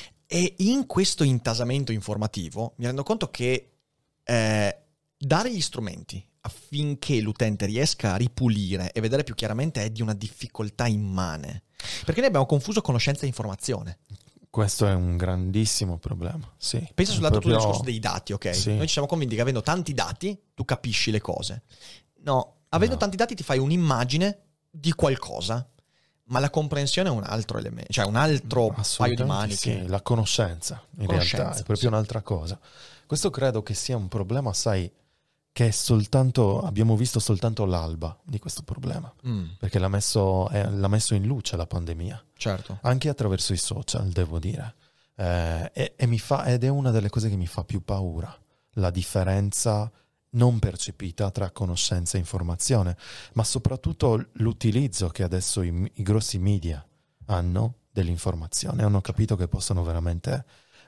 E in questo intasamento informativo mi rendo conto che eh, dare gli strumenti affinché l'utente riesca a ripulire e vedere più chiaramente è di una difficoltà immane. Perché noi abbiamo confuso conoscenza e informazione. Questo è un grandissimo problema, sì. Pensa sul lato proprio... del discorso dei dati, ok? Sì. Noi ci siamo convinti che avendo tanti dati tu capisci le cose. No, avendo no. tanti dati ti fai un'immagine di qualcosa, ma la comprensione è un altro elemento, cioè un altro paio di maniche. Sì, la conoscenza, in conoscenza, realtà, è proprio sì. un'altra cosa. Questo credo che sia un problema, sai, che è soltanto, abbiamo visto soltanto l'alba di questo problema, mm. perché l'ha messo, eh, l'ha messo in luce la pandemia. Certo. Anche attraverso i social, devo dire. Eh, e, e mi fa, ed è una delle cose che mi fa più paura, la differenza non percepita tra conoscenza e informazione, ma soprattutto l'utilizzo che adesso i, i grossi media hanno dell'informazione. Hanno capito che possono veramente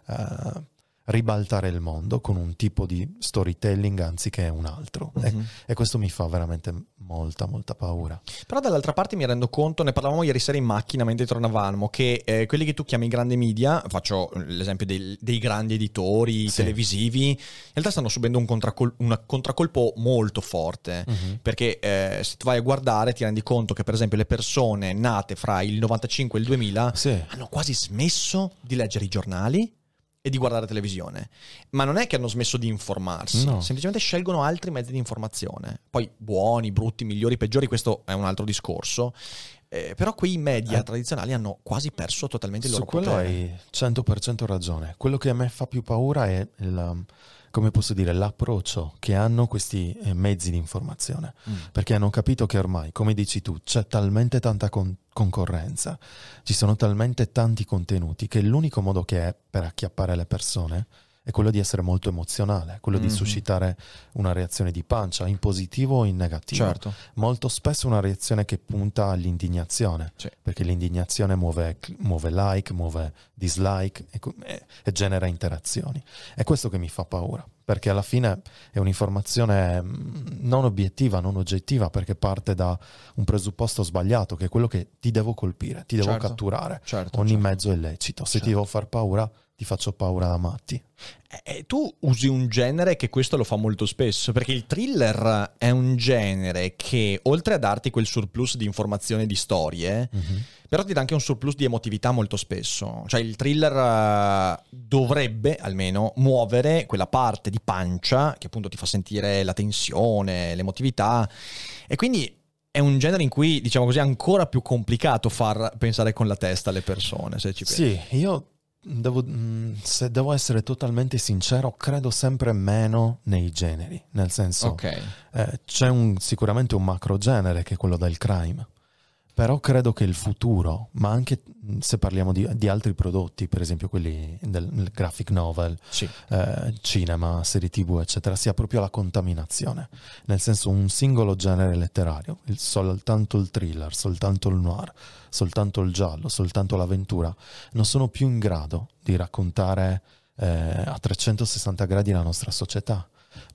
eh, ribaltare il mondo con un tipo di storytelling anziché un altro. Mm-hmm. E, e questo mi fa veramente molta, molta paura. Però dall'altra parte mi rendo conto, ne parlavamo ieri sera in macchina mentre tornavamo, che eh, quelli che tu chiami grandi media, faccio l'esempio dei, dei grandi editori sì. televisivi, in realtà stanno subendo un, contraccol- un contraccolpo molto forte, mm-hmm. perché eh, se tu vai a guardare ti rendi conto che per esempio le persone nate fra il novantacinque e il duemila sì. hanno quasi smesso di leggere i giornali e di guardare televisione, ma non è che hanno smesso di informarsi, no. semplicemente scelgono altri mezzi di informazione, poi buoni, brutti, migliori, peggiori, questo è un altro discorso, eh, però quei media eh. tradizionali hanno quasi perso totalmente il loro potere. Su quello hai cento per cento ragione. Quello che a me fa più paura è il, come posso dire, l'approccio che hanno questi mezzi di informazione, mm. perché hanno capito che ormai, come dici tu, c'è talmente tanta con- concorrenza, ci sono talmente tanti contenuti che l'unico modo che è per acchiappare le persone è quello di essere molto emozionale, quello mm-hmm. di suscitare una reazione di pancia, in positivo o in negativo. Certo. Molto spesso una reazione che punta all'indignazione, sì. perché l'indignazione muove, muove like, muove dislike e, e, e genera interazioni. È questo che mi fa paura, perché alla fine è un'informazione non obiettiva, non oggettiva, perché parte da un presupposto sbagliato, che è quello che ti devo colpire, ti devo certo. catturare. Certo, Ogni certo. mezzo è lecito. Se certo. ti devo far paura, ti faccio paura da matti. E tu usi un genere che questo lo fa molto spesso, perché il thriller è un genere che oltre a darti quel surplus di informazione e di storie, mm-hmm. però ti dà anche un surplus di emotività molto spesso. Cioè il thriller uh, dovrebbe almeno muovere quella parte di pancia che appunto ti fa sentire la tensione, l'emotività, e quindi è un genere in cui, diciamo così, è ancora più complicato far pensare con la testa alle persone, se ci pensi. Sì, io devo, se devo essere totalmente sincero, credo sempre meno nei generi, nel senso okay. eh, c'è un, sicuramente un macro genere che è quello del crime, però credo che il futuro, ma anche se parliamo di, di altri prodotti, per esempio quelli del, del graphic novel, sì. eh, cinema, serie tv, eccetera, sia proprio la contaminazione. Nel senso, un singolo genere letterario, il, soltanto il thriller, soltanto il noir, soltanto il giallo, soltanto l'avventura, non sono più in grado di raccontare eh, a trecentosessanta gradi la nostra società.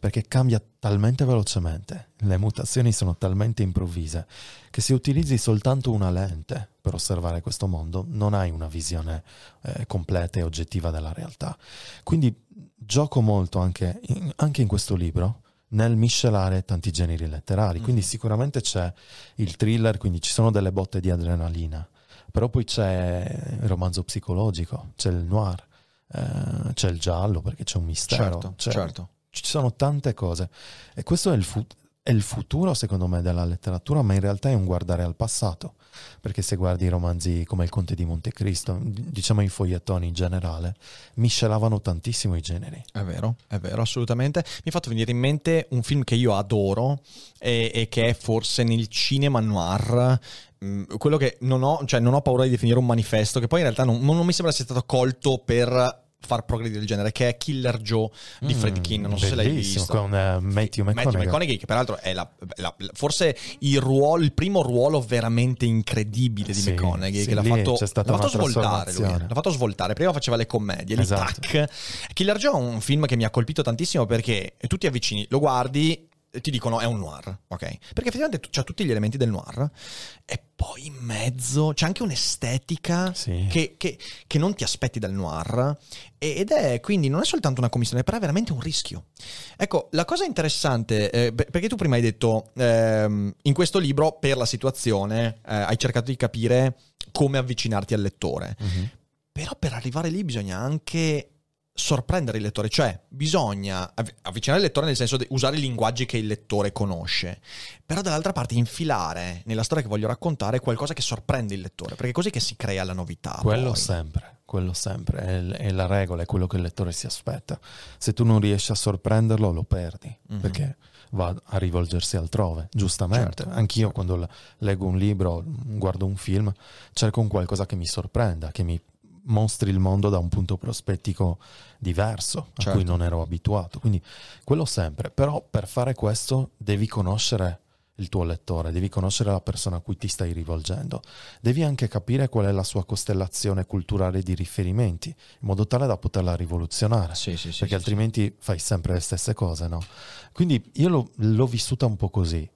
perché cambia talmente velocemente, le mutazioni sono talmente improvvise, che se utilizzi soltanto una lente per osservare questo mondo, non hai una visione eh, completa e oggettiva della realtà. Quindi gioco molto anche in, anche in questo libro nel miscelare tanti generi letterari, quindi mm-hmm. sicuramente c'è il thriller, quindi ci sono delle botte di adrenalina, però poi c'è il romanzo psicologico, c'è il noir, eh, c'è il giallo perché c'è un mistero, certo, c'è, certo. ci sono tante cose e questo è il, fu- è il futuro secondo me della letteratura, ma in realtà è un guardare al passato, perché se guardi i romanzi come Il Conte di Montecristo, diciamo i fogliettoni in generale, miscelavano tantissimo i generi. È vero, è vero, assolutamente. Mi è fatto venire in mente un film che io adoro e, e che è forse nel cinema noir, mh, quello che non ho, cioè non ho paura di definire un manifesto, che poi in realtà non, non mi sembra sia stato colto per far progredire del genere, che è Killer Joe di mm, Friedkin, non so se l'hai visto, con uh, Matthew McConaughey. Matthew McConaughey, che peraltro è la, la, forse il ruolo, il primo ruolo veramente incredibile di sì, sì, McConaughey, che l'ha fatto, l'ha fatto svoltare lui, l'ha fatto svoltare, prima faceva le commedie, esatto. Lì tac. Killer Joe è un film che mi ha colpito tantissimo perché tu ti avvicini, lo guardi, ti dicono è un noir, ok? Perché effettivamente c'ha tutti gli elementi del noir e poi in mezzo c'è anche un'estetica sì. che, che, che non ti aspetti dal noir ed è quindi non è soltanto una commissione, però è veramente un rischio. Ecco, la cosa interessante, eh, perché tu prima hai detto ehm, in questo libro per la situazione eh, hai cercato di capire come avvicinarti al lettore, uh-huh. però per arrivare lì bisogna anche sorprendere il lettore, cioè bisogna avvicinare il lettore nel senso di usare i linguaggi che il lettore conosce, però dall'altra parte infilare nella storia che voglio raccontare qualcosa che sorprende il lettore, perché è così che si crea la novità. Quello poi. sempre, quello sempre, è, è la regola, è quello che il lettore si aspetta. Se tu non riesci a sorprenderlo lo perdi, mm-hmm. perché va a rivolgersi altrove, giustamente. Certo, Anch'io certo. quando leggo un libro, guardo un film, cerco un qualcosa che mi sorprenda, che mi mostri il mondo da un punto prospettico diverso a certo. cui non ero abituato, quindi quello sempre. Però per fare questo devi conoscere il tuo lettore, devi conoscere la persona a cui ti stai rivolgendo, devi anche capire qual è la sua costellazione culturale di riferimenti in modo tale da poterla rivoluzionare, sì, sì, sì, perché sì, altrimenti sì. fai sempre le stesse cose, no? Quindi io lo, l'ho vissuta un po' così.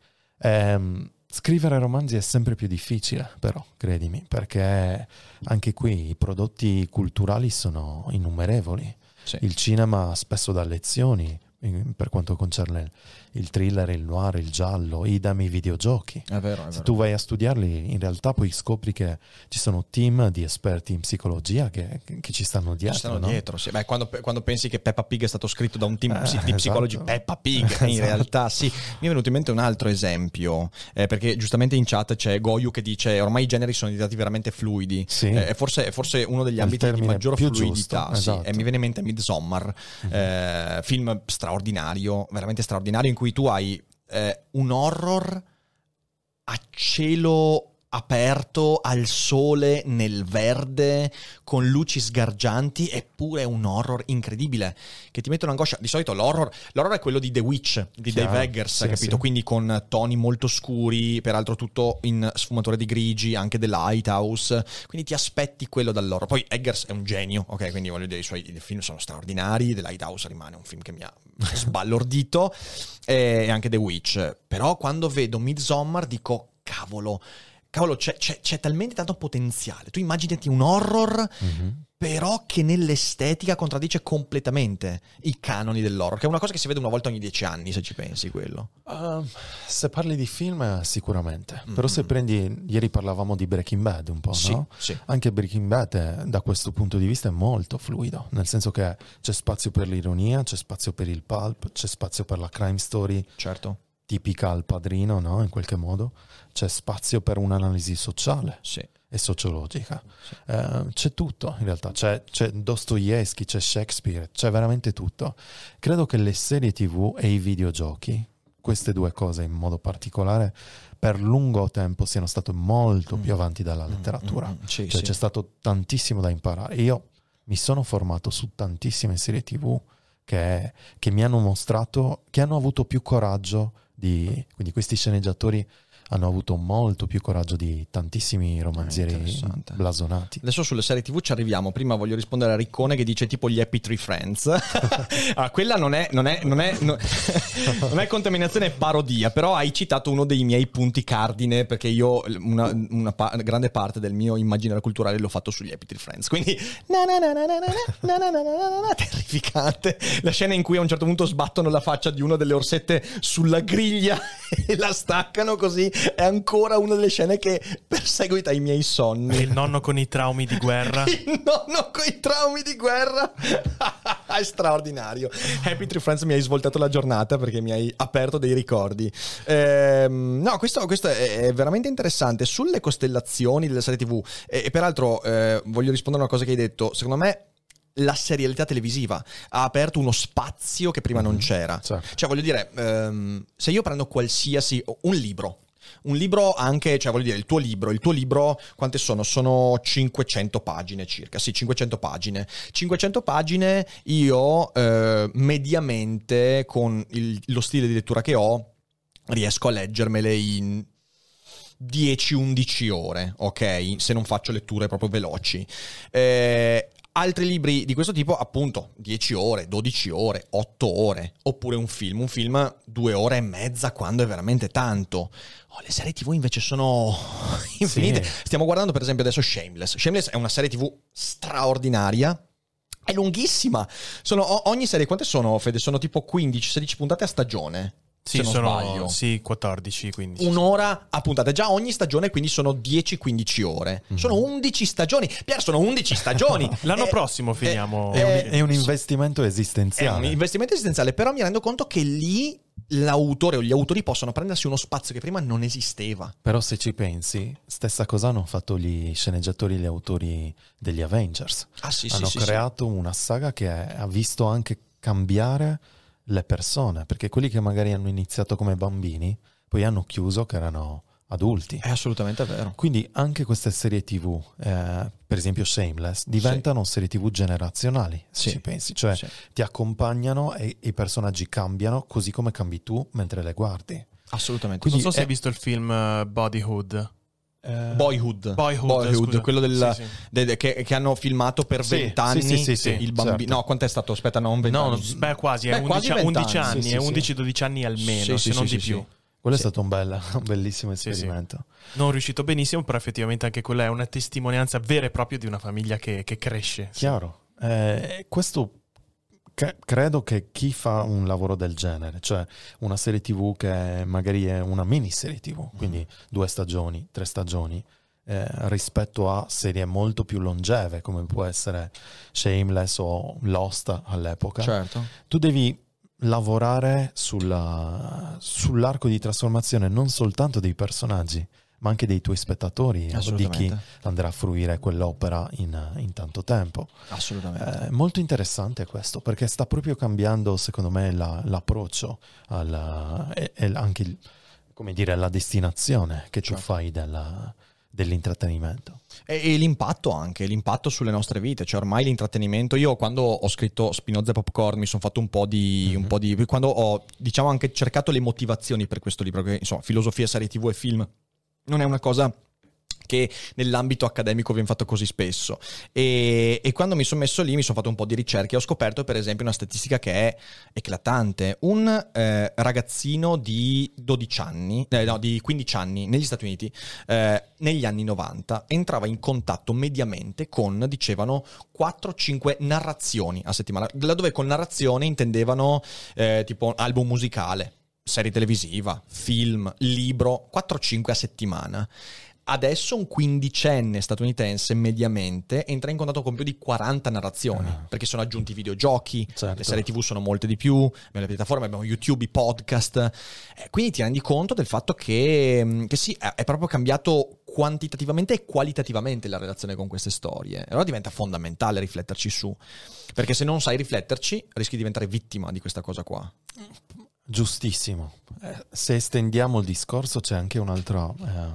ehm, Scrivere romanzi è sempre più difficile, però, credimi, perché anche qui i prodotti culturali sono innumerevoli. Sì. Il cinema spesso dà lezioni per quanto concerne il thriller, il noir, il giallo, idem i videogiochi. È vero, è vero. Se tu vai a studiarli, in realtà poi scopri che ci sono team di esperti in psicologia che, che ci stanno dietro. Ci stanno no? dietro, sì. Beh, quando, quando pensi che Peppa Pig è stato scritto da un team eh, di psicologi, esatto. Peppa Pig, esatto. in realtà sì. Mi è venuto in mente un altro esempio, eh, perché giustamente in chat c'è Goyu che dice ormai i generi sono diventati veramente fluidi. Sì. Eh, è, forse, è forse uno degli ambiti di maggior fluidità. Giusto, esatto. sì. E mi viene in mente Midsommar, mm-hmm. eh, film straordinario, veramente straordinario, in cui tu hai Eh, un horror a cielo aperto, al sole, nel verde, con luci sgargianti, eppure è un horror incredibile che ti mette un'angoscia. Di solito l'horror, l'horror è quello di The Witch di Chiaro. Dave Eggers, sì, capito? Sì. Quindi con toni molto scuri, peraltro tutto in sfumature di grigi, anche The Lighthouse, quindi ti aspetti quello dall'horror. Poi Eggers è un genio, ok? Quindi voglio dire, i suoi i film sono straordinari. The Lighthouse rimane un film che mi ha sballordito, e anche The Witch. Però quando vedo Midsommar dico cavolo Cavolo, c'è, c'è, c'è talmente tanto potenziale. Tu immaginati un horror, mm-hmm. però che nell'estetica contraddice completamente i canoni dell'horror, che è una cosa che si vede una volta ogni dieci anni, se ci pensi, quello. Uh, se parli di film, sicuramente. Mm-hmm. Però se prendi, ieri parlavamo di Breaking Bad un po', sì, no? Sì. Anche Breaking Bad, è, da questo punto di vista, è molto fluido, nel senso che c'è spazio per l'ironia, c'è spazio per il pulp, c'è spazio per la crime story. Certo. Tipica al Padrino, no? In qualche modo c'è spazio per un'analisi sociale sì. e sociologica. Sì. Eh, c'è tutto in realtà, c'è, c'è Dostoevsky, c'è Shakespeare, c'è veramente tutto. Credo che le serie tivù e i videogiochi, queste due cose in modo particolare, per lungo tempo siano state molto mm. più avanti dalla letteratura. Mm, mm, mm. Sì, cioè, sì. C'è stato tantissimo da imparare. Io mi sono formato su tantissime serie tivù che, che mi hanno mostrato, che hanno avuto più coraggio di, quindi questi sceneggiatori hanno avuto molto più coraggio di tantissimi romanzieri blasonati. Adesso sulle serie tivù ci arriviamo. Prima voglio rispondere a Riccone che dice tipo gli Happy Tree Friends. Allora, quella non è, non è, non è, non è contaminazione, è parodia, però hai citato uno dei miei punti cardine, perché io una, una pa- grande parte del mio immaginario culturale l'ho fatto sugli Happy Tree Friends, quindi na na na na na na na na na na, terrificante. La scena in cui a un certo punto sbattono la faccia di una delle orsette sulla griglia e la staccano così è ancora una delle scene che perseguita i miei sonni. E il nonno con i traumi di guerra. Il nonno con i traumi di guerra. È straordinario. Happy Tree Friends mi hai svoltato la giornata perché mi hai aperto dei ricordi. Ehm, no, questo, questo è veramente interessante. Sulle costellazioni delle serie tivù, e, e peraltro eh, voglio rispondere a una cosa che hai detto. Secondo me la serialità televisiva ha aperto uno spazio che prima mm-hmm. non c'era. Certo. Cioè, voglio dire, ehm, se io prendo qualsiasi un libro, un libro anche, cioè voglio dire, il tuo libro, il tuo libro quante sono? Sono cinquecento pagine circa, sì, cinquecento pagine. cinquecento pagine io eh, mediamente con il, lo stile di lettura che ho riesco a leggermele in dieci undici ore, ok? Se non faccio letture proprio veloci. Eh, Altri libri di questo tipo, appunto, dieci ore, dodici ore, otto ore, oppure un film, un film due ore e mezza quando è veramente tanto. Oh, le serie tivù invece sono infinite. Sì. Stiamo guardando per esempio adesso Shameless. Shameless è una serie tivù straordinaria. È lunghissima. Sono, ogni serie, quante sono, Fede? Sono tipo quindici sedici puntate a stagione. Sì, se non sono sbaglio. Sì, quattordici quindici. Un'ora a puntata. Già ogni stagione quindi sono dieci quindici ore. Mm. Sono undici stagioni. Pier, sono undici stagioni. L'anno è, prossimo finiamo. È, è, un, è un investimento esistenziale. È un investimento esistenziale, però mi rendo conto che lì l'autore o gli autori possono prendersi uno spazio che prima non esisteva. Però se ci pensi, stessa cosa hanno fatto gli sceneggiatori e gli autori degli Avengers. Ah, sì, hanno sì, creato sì. una saga che ha visto anche cambiare le persone, perché quelli che magari hanno iniziato come bambini poi hanno chiuso che erano adulti. È assolutamente vero. Quindi anche queste serie tivù, eh, per esempio Shameless, diventano sì. serie tivù generazionali, se sì. ci pensi, cioè sì. ti accompagnano e i personaggi cambiano così come cambi tu mentre le guardi. Assolutamente. Quindi non so se è... hai visto il film uh, Bodyhood. Uh, Boyhood, Boyhood, Boyhood quello del, sì, sì. De, de, che, che hanno filmato per vent'anni sì, sì, sì, sì, il bambino. Certo. No, quant'è stato? Aspetta, non vent'anni. No, beh, quasi, è beh, undici, quasi undici anni, sì, è sì, undici dodici anni almeno, sì, se sì, non sì, di sì, più. Sì. Quello sì. è stato un, bel, un bellissimo esperimento. Sì, sì. Non riuscito benissimo, però effettivamente anche quella è una testimonianza vera e propria di una famiglia che, che cresce. Chiaro. Sì. Eh, questo che, credo che chi fa un lavoro del genere, cioè una serie tivù che magari è una miniserie tivù, quindi mm. due stagioni, tre stagioni, eh, rispetto a serie molto più longeve come può essere Shameless o Lost all'epoca, certo. tu devi lavorare sulla, sull'arco di trasformazione non soltanto dei personaggi ma anche dei tuoi spettatori, di chi andrà a fruire quell'opera in, in tanto tempo. Assolutamente. Eh, molto interessante questo, perché sta proprio cambiando secondo me la, l'approccio alla, e, e anche il, come dire, la destinazione che tu certo. fai della, dell'intrattenimento. E, e l'impatto anche, l'impatto sulle nostre vite, cioè ormai l'intrattenimento, io quando ho scritto Spinoza e Popcorn mi sono fatto un po' di, mm-hmm. un po' di, quando ho diciamo anche cercato le motivazioni per questo libro, che insomma filosofia, serie tivù e film non è una cosa che nell'ambito accademico viene fatto così spesso, e, e quando mi sono messo lì mi sono fatto un po' di ricerche e ho scoperto per esempio una statistica che è eclatante. Un eh, ragazzino di dodici anni, eh, no di quindici anni negli Stati Uniti eh, negli anni novanta entrava in contatto mediamente con, dicevano, quattro cinque narrazioni a settimana, laddove con narrazione intendevano eh, tipo album musicale, serie televisiva, film, libro, quattro cinque a settimana. Adesso un quindicenne statunitense mediamente entra in contatto con più di quaranta narrazioni, ah. perché sono aggiunti videogiochi, certo. le serie tivù sono molte di più, abbiamo le piattaforme, abbiamo YouTube, i podcast, eh, quindi ti rendi conto del fatto che, che sì, è proprio cambiato quantitativamente e qualitativamente la relazione con queste storie. Allora diventa fondamentale rifletterci su, perché se non sai rifletterci rischi di diventare vittima di questa cosa qua. Giustissimo. Eh, se estendiamo il discorso c'è anche un'altra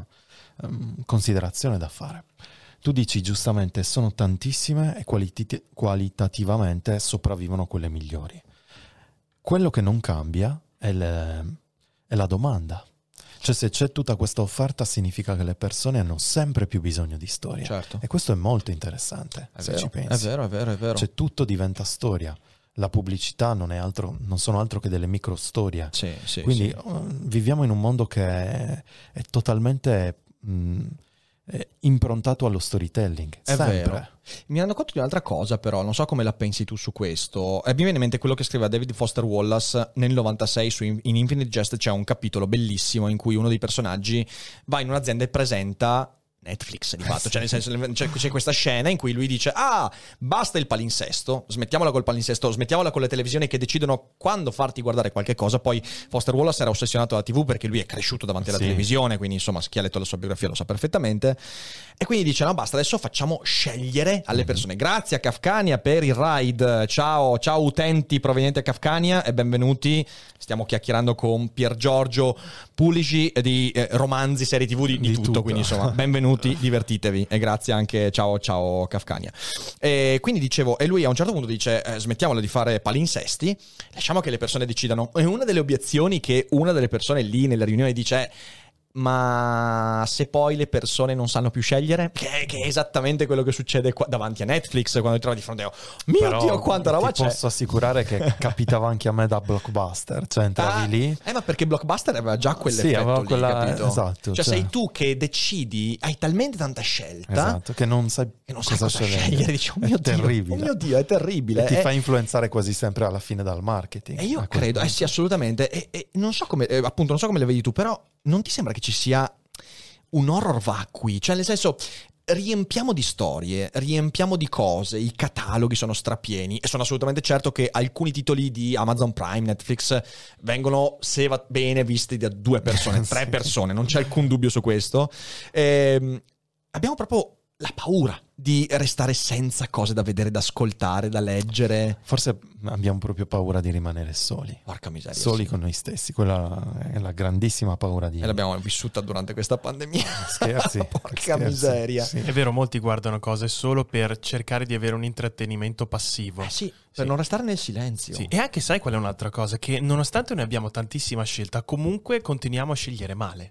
eh, um, considerazione da fare. Tu dici giustamente sono tantissime e qualiti- qualitativamente sopravvivono quelle migliori. Quello che non cambia è, le, è la domanda. Cioè se c'è tutta questa offerta significa che le persone hanno sempre più bisogno di storia. Certo. E questo è molto interessante, È se vero, ci pensi. È vero, è vero, è vero. Cioè tutto diventa storia. La pubblicità non è altro, non sono altro che delle microstorie. Sì, sì, Quindi sì. uh, viviamo in un mondo che è, è totalmente mh, è improntato allo storytelling. È sempre. vero. Mi rendo conto di un'altra cosa, però, non so come la pensi tu su questo. E mi viene in mente quello che scriveva David Foster Wallace nel novantasei su In in Infinite Jest. C'è un capitolo bellissimo in cui uno dei personaggi va in un'azienda e presenta Netflix di fatto, cioè nel senso c'è, c'è questa scena in cui lui dice: ah, basta il palinsesto, smettiamola col palinsesto, smettiamola con le televisioni che decidono quando farti guardare qualche cosa. Poi Foster Wallace era ossessionato dalla tivù perché lui è cresciuto davanti alla Sì. televisione, quindi insomma chi ha letto la sua biografia lo sa perfettamente, e quindi dice: no, basta, adesso facciamo scegliere alle persone. Grazie a Kafkania per il ride, ciao, ciao utenti provenienti da Kafkania e benvenuti. Stiamo chiacchierando con Pier Giorgio Pulici di eh, romanzi, serie tivù, di, di, Di tutto, tutto. quindi insomma benvenuti, divertitevi e grazie anche, ciao ciao Kafkania. E quindi dicevo, e lui a un certo punto dice: eh, smettiamola di fare palinsesti, lasciamo che le persone decidano. E una delle obiezioni che una delle persone lì nella riunione dice è: ma se poi le persone non sanno più scegliere, che, che è esattamente quello che succede qua davanti a Netflix quando ti trovi di fronte a mio Però Dio quanta roba ti c'è. posso assicurare che capitava anche a me da Blockbuster, cioè entravi Ah, lì. Eh, ma perché Blockbuster aveva già quell'effetto Sì, aveva lì, quella- capito? esatto, Cioè, cioè- sei tu che decidi, hai talmente tanta scelta Esatto, che non sai che non sai cosa cosa scegliere. Dici, oh È mio Dio, terribile. oh mio Dio, è terribile. E ti Eh, fa influenzare quasi sempre alla fine dal marketing. E io a quel credo, eh punto. sì, assolutamente. E, e non so come, eh, appunto, non so come le vedi tu, però non ti sembra che ci sia un horror vacui? Cioè, nel senso, riempiamo di storie, riempiamo di cose, i cataloghi sono strapieni e sono assolutamente certo che alcuni titoli di Amazon Prime, Netflix vengono, se va bene, visti da due persone, tre Sì. persone, non c'è alcun dubbio su questo. Ehm, abbiamo proprio la paura di restare senza cose da vedere, da ascoltare, da leggere. Forse abbiamo proprio paura di rimanere soli. Porca miseria. Soli sì. con noi stessi. Quella è la grandissima paura di... E l'abbiamo vissuta durante questa pandemia. Scherzi. Porca scherzi, miseria. sì. È vero, molti guardano cose solo per cercare di avere un intrattenimento passivo. Eh sì, per Sì. non restare nel silenzio. Sì, e anche sai qual è un'altra cosa? Che nonostante noi abbiamo tantissima scelta, comunque continuiamo a scegliere male.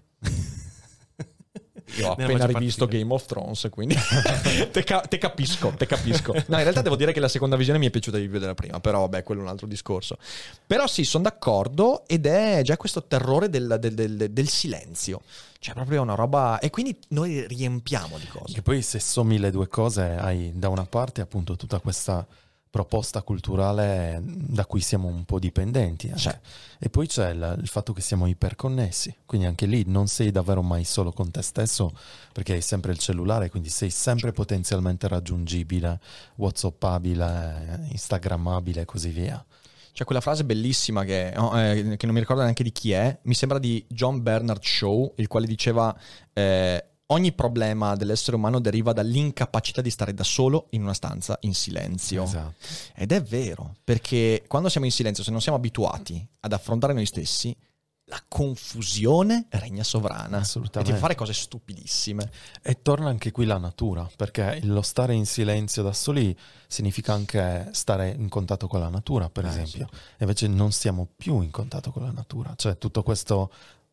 Io ho Nella appena maggior rivisto parte Game of Thrones, quindi te, ca- te capisco, te capisco. No, in realtà devo dire che la seconda visione mi è piaciuta di più della prima, però vabbè, quello è un altro discorso. Però sì, sono d'accordo ed è già questo terrore del, del- del- del silenzio. Cioè proprio una roba... E quindi noi riempiamo di cose. Che poi se sommi le due cose hai da una parte appunto tutta questa proposta culturale da cui siamo un po' dipendenti anche. Cioè. E poi c'è il, il fatto che siamo iperconnessi, quindi anche lì non sei davvero mai solo con te stesso perché hai sempre il cellulare, quindi sei sempre potenzialmente raggiungibile, whatsappabile, instagrammabile e così via. C'è quella frase bellissima che, oh, eh, che non mi ricordo neanche di chi è, mi sembra di John Bernard Shaw, il quale diceva eh, ogni problema dell'essere umano deriva dall'incapacità di stare da solo in una stanza in silenzio. Esatto. Ed è vero, perché quando siamo in silenzio, se non siamo abituati ad affrontare noi stessi, la confusione regna sovrana. Assolutamente. E ti fa fare cose stupidissime. E torna anche qui la natura, perché lo stare in silenzio da soli significa anche stare in contatto con la natura, per Eh, esempio. E invece non siamo più in contatto con la natura. Cioè tutto questo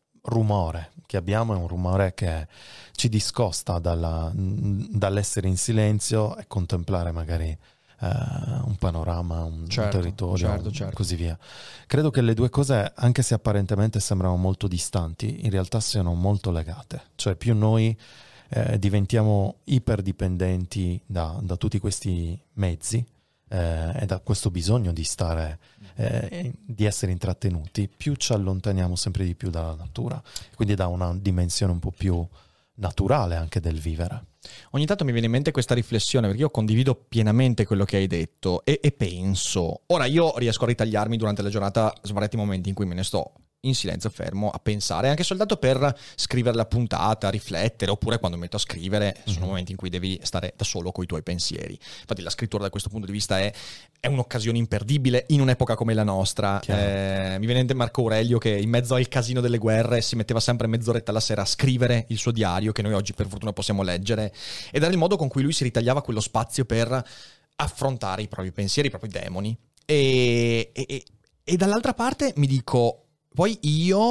rumore che abbiamo è un rumore che ci discosta dalla- dall'essere in silenzio e contemplare magari eh, un panorama, un, Certo, un territorio, certo, un- certo. così via. Credo che le due cose, anche se apparentemente sembrano molto distanti, in realtà siano molto legate. Cioè più noi eh, diventiamo iperdipendenti da, da tutti questi mezzi eh, e da questo bisogno di stare, eh, di essere intrattenuti, più ci allontaniamo sempre di più dalla natura, quindi da una dimensione un po' più naturale anche del vivere. Ogni tanto mi viene in mente questa riflessione, perché io condivido pienamente quello che hai detto e, e penso, ora io riesco a ritagliarmi durante la giornata svariati momenti in cui me ne sto in silenzio fermo a pensare, anche soltanto per scrivere la puntata, riflettere, oppure quando mi metto a scrivere sono Mhm. momenti in cui devi stare da solo con i tuoi pensieri. Infatti la scrittura da questo punto di vista è, è un'occasione imperdibile in un'epoca come la nostra. Eh, mi viene in mente Marco Aurelio che in mezzo al casino delle guerre si metteva sempre mezz'oretta alla sera a scrivere il suo diario, che noi oggi per fortuna possiamo leggere, ed era il modo con cui lui si ritagliava quello spazio per affrontare i propri pensieri, i propri demoni. E, e, e- e dall'altra parte mi dico, poi io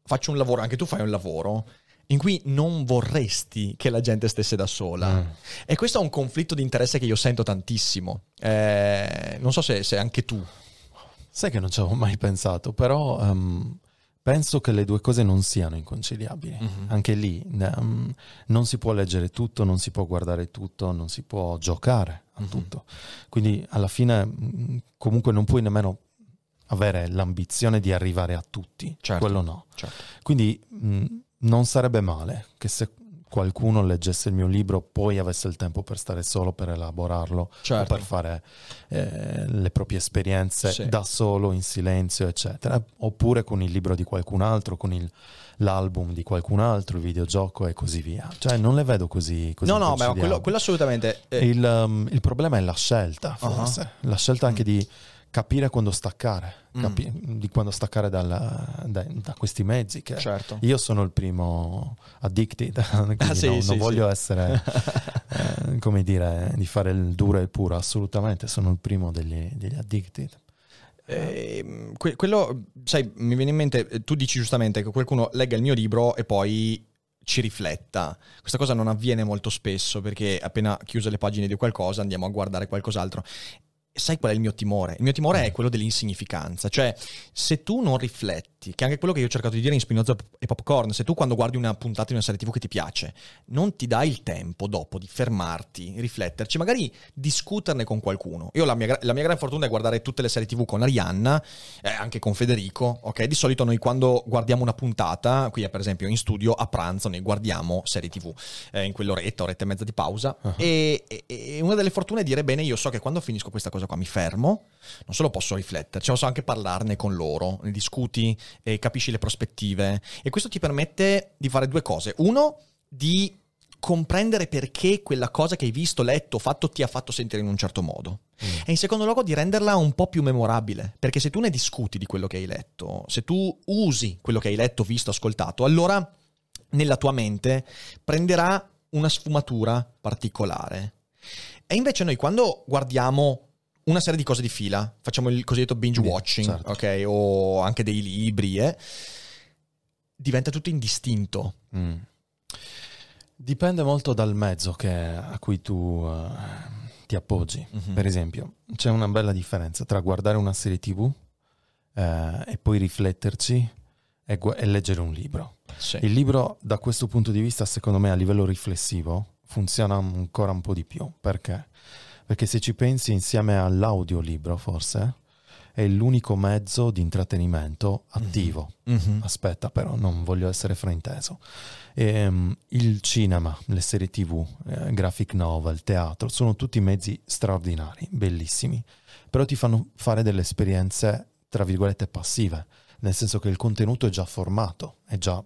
faccio un lavoro, anche tu fai un lavoro in cui non vorresti che la gente stesse da sola. Mm. E questo è un conflitto di interesse che io sento tantissimo. Eh, non so se, se anche tu. Sai che non ci avevo mai pensato, però um, penso che le due cose non siano inconciliabili. Mm-hmm. Anche lì um, non si può leggere tutto, non si può guardare tutto, non si può giocare a mm-hmm. tutto. Quindi alla fine comunque non puoi nemmeno avere l'ambizione di arrivare a tutti. Certo. Quello no. Certo. Quindi mh, non sarebbe male che se qualcuno leggesse il mio libro poi avesse il tempo per stare solo, per elaborarlo, certo. o per fare eh, le proprie esperienze sì. da solo, in silenzio, eccetera. Oppure con il libro di qualcun altro, con il, l'album di qualcun altro, il videogioco e così via. Cioè non le vedo così, così No, no, beh, quello, quello assolutamente. Eh. Il, um, il problema è la scelta, forse. Uh-huh. La scelta anche mm. di capire quando staccare, capi- mm. di quando staccare dalla, da, da questi mezzi. Che certo. Io sono il primo addicted, quindi ah, sì, non, sì, non voglio sì. essere, eh, come dire, di fare il duro e il puro, assolutamente, sono il primo degli, degli addicted. Eh, que- quello, sai, mi viene in mente, tu dici giustamente che qualcuno legga il mio libro e poi ci rifletta. Questa cosa non avviene molto spesso, perché appena chiuse le pagine di qualcosa andiamo a guardare qualcos'altro. Sai qual è il mio timore? Il mio timore è quello dell'insignificanza. Cioè, se tu non rifletti, che è anche quello che io ho cercato di dire in Spinoza e Popcorn, se tu quando guardi una puntata di una serie tivù che ti piace, non ti dai il tempo dopo di fermarti, rifletterci, magari discuterne con qualcuno. Io la mia, la mia gran fortuna è guardare tutte le serie tivù con Arianna, eh, anche con Federico, ok? Di solito noi quando guardiamo una puntata, qui per esempio in studio a pranzo, noi guardiamo serie tivù, eh, in quell'oretta, oretta e mezza di pausa, uh-huh. e, e, e una delle fortune è dire, bene, io so che quando finisco questa cosa qua mi fermo, non solo posso rifletterci, posso anche parlarne con loro, ne discuti e capisci le prospettive, e questo ti permette di fare due cose. Uno, di comprendere perché quella cosa che hai visto, letto, fatto ti ha fatto sentire in un certo modo, mm. e in secondo luogo di renderla un po' più memorabile, perché se tu ne discuti di quello che hai letto, se tu usi quello che hai letto, visto, ascoltato, allora nella tua mente prenderà una sfumatura particolare. E invece noi quando guardiamo una serie di cose di fila, facciamo il cosiddetto binge watching, certo. ok, o anche dei libri, eh, diventa tutto indistinto. Mm. Dipende molto dal mezzo che, a cui tu uh, ti appoggi. Mm-hmm. Per esempio, c'è una bella differenza tra guardare una serie tivù uh, e poi rifletterci e, gu- e leggere un libro. Sì. Il libro, da questo punto di vista, secondo me, a livello riflessivo, funziona ancora un po' di più. Perché? Perché se ci pensi, insieme all'audiolibro, forse, è l'unico mezzo di intrattenimento attivo. Mm-hmm. Aspetta, però, non voglio essere frainteso. E, um, il cinema, le serie tivù, eh, graphic novel, teatro, sono tutti mezzi straordinari, bellissimi, però ti fanno fare delle esperienze, tra virgolette, passive, nel senso che il contenuto è già formato, è già...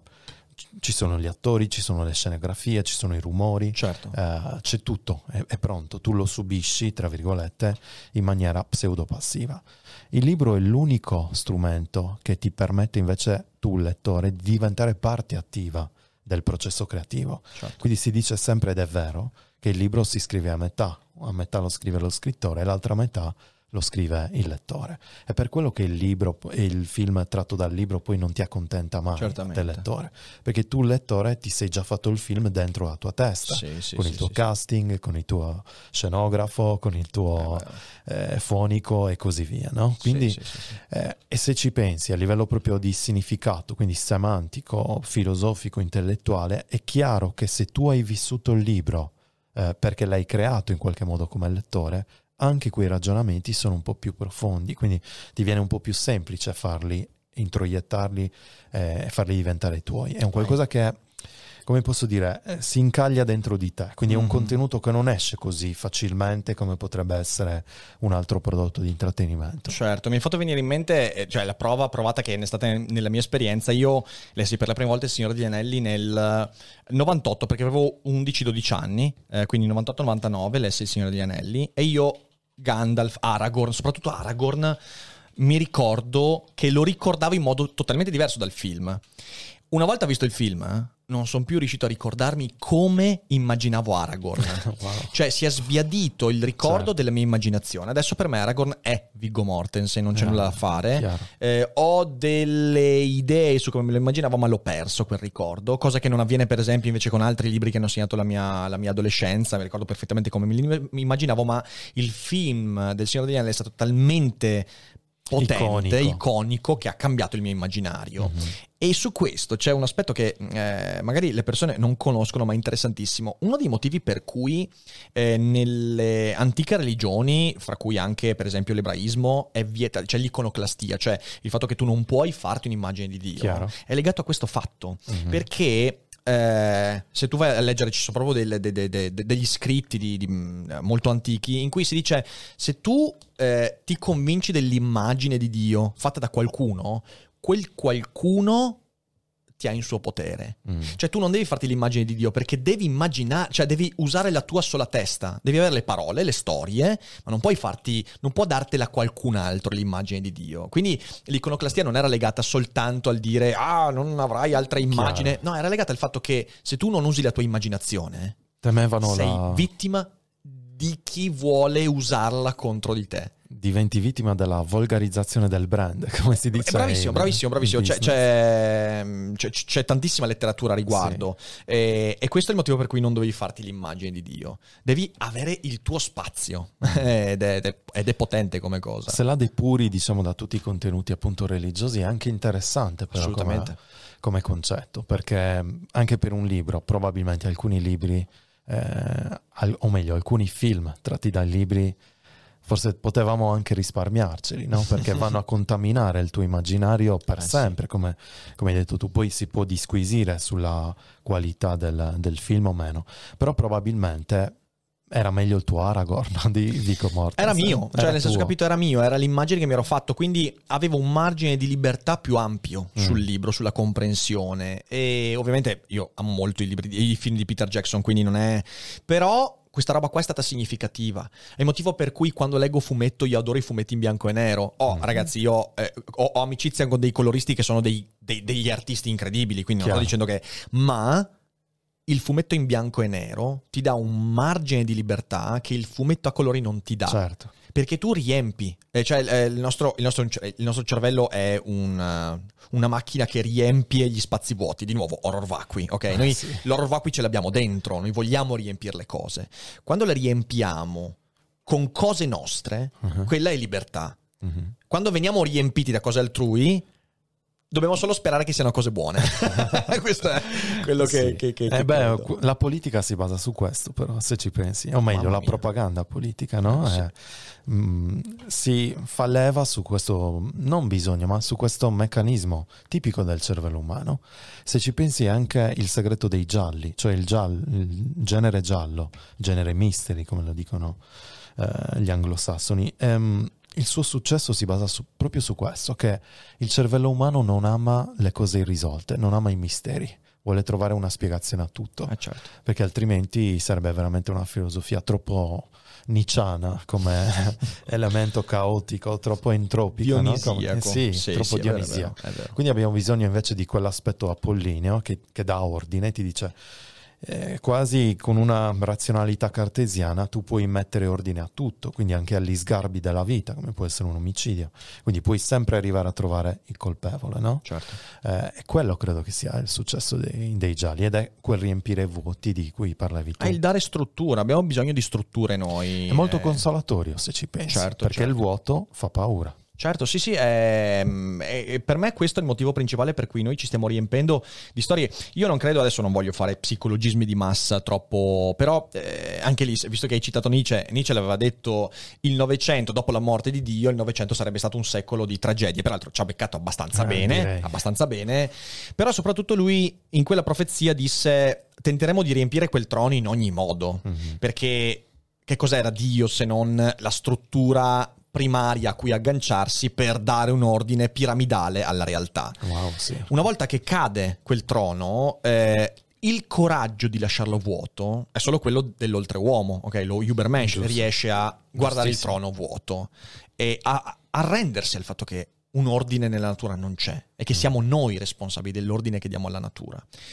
ci sono gli attori, ci sono le scenografie, ci sono i rumori, certo. eh, c'è tutto, è, è pronto, tu lo subisci, tra virgolette, in maniera pseudo-passiva. Il libro è l'unico strumento che ti permette invece, tu lettore, di diventare parte attiva del processo creativo. Certo. Quindi si dice sempre, ed è vero, che il libro si scrive a metà, a metà lo scrive lo scrittore e l'altra metà lo scrive il lettore. È per quello che il libro e il film tratto dal libro poi non ti accontenta mai del lettore, perché tu lettore ti sei già fatto il film dentro la tua testa, sì, sì, con sì, il tuo sì, casting, sì. con il tuo scenografo, con il tuo eh, fonico e così via, no? Quindi sì, sì, sì. Eh, e se ci pensi a livello proprio di significato, quindi semantico, filosofico, intellettuale, è chiaro che se tu hai vissuto il libro eh, perché l'hai creato in qualche modo come lettore, anche quei ragionamenti sono un po' più profondi, quindi ti viene un po' più semplice farli, introiettarli e eh, farli diventare tuoi. È un qualcosa che, come posso dire, eh, si incaglia dentro di te, quindi mm-hmm. è un contenuto che non esce così facilmente come potrebbe essere un altro prodotto di intrattenimento. Certo, mi hai fatto venire in mente, cioè la prova provata che è stata nella mia esperienza. Io lessi per la prima volta Il Signore degli Anelli nel novantotto, perché avevo undici dodici anni, eh, quindi novantotto novantanove lessi Il Signore degli Anelli, e io Gandalf, Aragorn, soprattutto Aragorn, mi ricordo che lo ricordavo in modo totalmente diverso dal film. Una volta visto il film, non sono più riuscito a ricordarmi come immaginavo Aragorn. Wow. Cioè si è sbiadito il ricordo Certo. della mia immaginazione. Adesso per me Aragorn è Viggo Mortensen, non c'è Eh, nulla da fare. chiaro. Eh, ho delle idee su come me lo immaginavo, ma l'ho perso quel ricordo, cosa che non avviene per esempio invece con altri libri che hanno segnato la mia, la mia adolescenza. Mi ricordo perfettamente come me li mi immaginavo, ma il film del Signore degli Anelli è stato talmente potente, Iconico. iconico, che ha cambiato il mio immaginario. Mhm. E su questo c'è un aspetto che eh, magari le persone non conoscono, ma è interessantissimo. Uno dei motivi per cui eh, nelle antiche religioni, fra cui anche per esempio l'ebraismo, è vietato, cioè l'iconoclastia, cioè il fatto che tu non puoi farti un'immagine di Dio, Chiaro. è legato a questo fatto. Mhm. Perché eh, se tu vai a leggere, ci sono proprio delle- de- de- de- de- degli scritti di- di, mh, molto antichi in cui si dice: se tu eh, ti convinci dell'immagine di Dio fatta da qualcuno, quel qualcuno ti ha in suo potere. Mm. Cioè tu non devi farti l'immagine di Dio, perché devi immaginare, cioè devi usare la tua sola testa, devi avere le parole, le storie, ma non puoi farti, non può dartela qualcun altro l'immagine di Dio. Quindi l'iconoclastia non era legata soltanto al dire ah, non avrai altra immagine, no, era legata al fatto che se tu non usi la tua immaginazione, Temevano sei la... vittima di chi vuole usarla contro di te. diventi vittima della volgarizzazione del brand, come si dice. Eh, bravissimo, in- bravissimo, bravissimo. in C'è, business. c'è, c'è- c'è tantissima letteratura a riguardo. E, e questo è il motivo per cui non devi farti l'immagine di Dio. Devi avere il tuo spazio. ed, è, ed è- ed è potente come cosa. Se la depuri, diciamo, da tutti i contenuti appunto religiosi, è anche interessante però Assolutamente. come, come concetto, perché anche per un libro, probabilmente alcuni libri, eh, al- o meglio, alcuni film tratti dai libri, forse potevamo anche risparmiarceli, no? Perché vanno a contaminare il tuo immaginario per Eh, sì. sempre, come, come hai detto tu. Poi si può disquisire sulla qualità del, del film o meno, però probabilmente era meglio il tuo Aragorn di Viggo Mortensen. Era mio, cioè Era nel senso, tuo. capito, era mio, era l'immagine che mi ero fatto, quindi avevo un margine di libertà più ampio Mm. sul libro, sulla comprensione. E ovviamente io amo molto i libri, di- i film di Peter Jackson, quindi non è... Però questa roba qua è stata significativa. È il motivo per cui quando leggo fumetto io adoro i fumetti in bianco e nero. Oh, Mm. ragazzi, io eh, ho, ho amicizia con dei coloristi che sono dei, dei- degli artisti incredibili, quindi non sto Chiaro. dicendo che... Ma... il fumetto in bianco e nero ti dà un margine di libertà che il fumetto a colori non ti dà. Certo. Perché tu riempi, eh, cioè eh, il, nostro, il, nostro, il nostro cervello è un, uh, una macchina che riempie gli spazi vuoti. Di nuovo, horror vacui, ok? Ah, Noi sì. l'horror vacui ce l'abbiamo dentro, noi vogliamo riempire le cose. Quando le riempiamo con cose nostre, Mhm. quella è libertà. Mhm. Quando veniamo riempiti da cose altrui, dobbiamo solo sperare che siano cose buone. Questo è quello che... Sì. che, che, Eh che beh, credo. cu- la politica si basa su questo, però, se ci pensi. O meglio, Mamma la mia. propaganda politica, no? Sì. Eh, mm, si fa leva su questo, non bisogno, ma su questo meccanismo tipico del cervello umano. Se ci pensi, anche il segreto dei gialli, cioè il, giallo, il genere giallo, genere mystery, come lo dicono eh, gli anglosassoni, ehm, il suo successo si basa su- proprio su questo, che il cervello umano non ama le cose irrisolte, non ama i misteri, vuole trovare una spiegazione a tutto, Eh, certo. perché altrimenti sarebbe veramente una filosofia troppo nicciana come elemento caotico, troppo entropico, no? Come- Dionisiaco. sì, Sì, troppo sì, è vero, è dionisiaco. vero, è vero. Quindi abbiamo bisogno invece di quell'aspetto apollineo che, che dà ordine, ti dice eh, quasi con una razionalità cartesiana tu puoi mettere ordine a tutto, quindi anche agli sgarbi della vita, come può essere un omicidio. Quindi puoi sempre arrivare a trovare il colpevole, no? Certo. Eh, e quello credo che sia il successo dei, dei gialli, ed è quel riempire vuoti di cui parlavi tu. È il dare struttura, abbiamo bisogno di strutture noi. È molto eh, consolatorio se ci pensi, Certo, perché certo. il vuoto fa paura. Certo, sì, sì, è, è- è- per me questo è il motivo principale per cui noi ci stiamo riempendo di storie. Io non credo, adesso non voglio fare psicologismi di massa troppo, però eh, anche lì, visto che hai citato Nietzsche, Nietzsche l'aveva detto il Novecento, dopo la morte di Dio, il Novecento sarebbe stato un secolo di tragedie, peraltro ci ha beccato abbastanza Eh, bene, direi. abbastanza bene, però soprattutto lui in quella profezia disse tenteremo di riempire quel trono in ogni modo, Mhm. perché che cos'era Dio se non la struttura primaria a cui agganciarsi per dare un ordine piramidale alla realtà. Wow, sì. Una volta che cade quel trono, eh, il coraggio di lasciarlo vuoto è solo quello dell'oltreuomo, ok? Lo Übermensch Giusto. riesce a guardare il Giustissimo. trono vuoto e a arrendersi al fatto che un ordine nella natura non c'è e che siamo noi responsabili dell'ordine che diamo alla natura.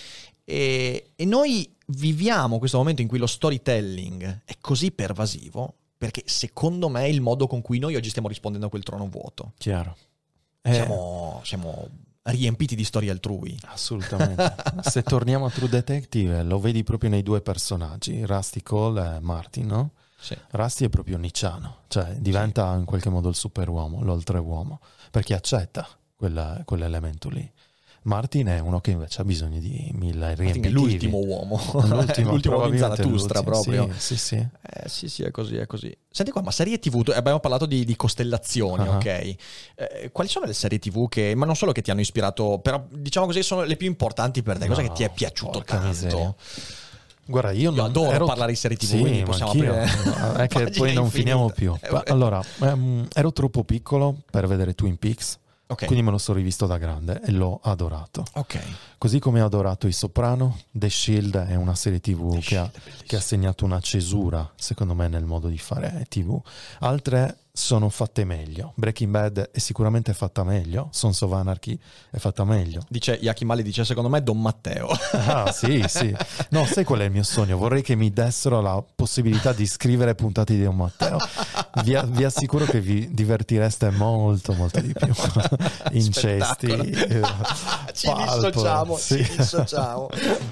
E, e noi viviamo questo momento in cui lo storytelling è così pervasivo perché secondo me è il modo con cui noi oggi stiamo rispondendo a quel trono vuoto. Chiaro. Eh, Siamo, siamo riempiti di storie altrui. Assolutamente. Se torniamo a True Detective, lo vedi proprio nei due personaggi, Rusty Cole e Martin, no? Sì. Rusty è proprio nicciano, cioè diventa in qualche modo il superuomo, l'oltreuomo, perché accetta quella- quell'elemento lì. Martin è uno che invece ha bisogno di mille Martin riempitivi. è l'ultimo uomo. L'ultimo, l'ultimo uomo in probabilmente Zarathustra l'ultimo, proprio. Sì, sì, sì. Eh, sì, sì, è così, è così. Senti qua, ma serie tivù, tu- abbiamo parlato di, di costellazioni, Ah. ok? Eh, quali sono le serie tivù che, ma non solo che ti hanno ispirato, però diciamo così, sono le più importanti per te? Cosa No, che ti è piaciuto porca tanto? miseria. Guarda, io, Io non adoro ero... parlare di serie tivù, sì, quindi ma possiamo anch'io. aprire È che pagina poi non infinita. finiamo più. Eh, Ma vabbè. allora, ehm, ero troppo piccolo per vedere Twin Peaks, Ok, quindi me lo sono rivisto da grande e l'ho adorato. ok. Così come ho adorato I Soprano, The Shield è una serie tivù The che ha, Shield è bellissimo. che ha segnato una cesura, secondo me, nel modo di fare tivù. Altre sono fatte meglio. Breaking Bad è sicuramente fatta meglio. Sons of Anarchy è fatta meglio. Dice Yakimali, dice secondo me Don Matteo. Ah, sì, sì. No, sai qual è il mio sogno? Vorrei che mi dessero la possibilità di scrivere puntate di Don Matteo. Vi, vi assicuro che vi divertireste molto, molto di più. Incesti. eh, Ci pulp, dissociamo, sì. ci dissociamo.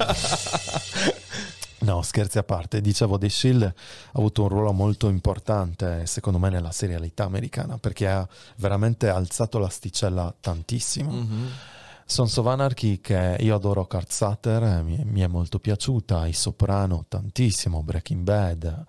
No, scherzi a parte, dicevo The Shield ha avuto un ruolo molto importante secondo me nella serialità americana perché ha veramente alzato l'asticella tantissimo. Mhm. Sons of Anarchy, che io adoro, Kurt Sutter, eh, mi, mi è molto piaciuta, I Soprano tantissimo, Breaking Bad,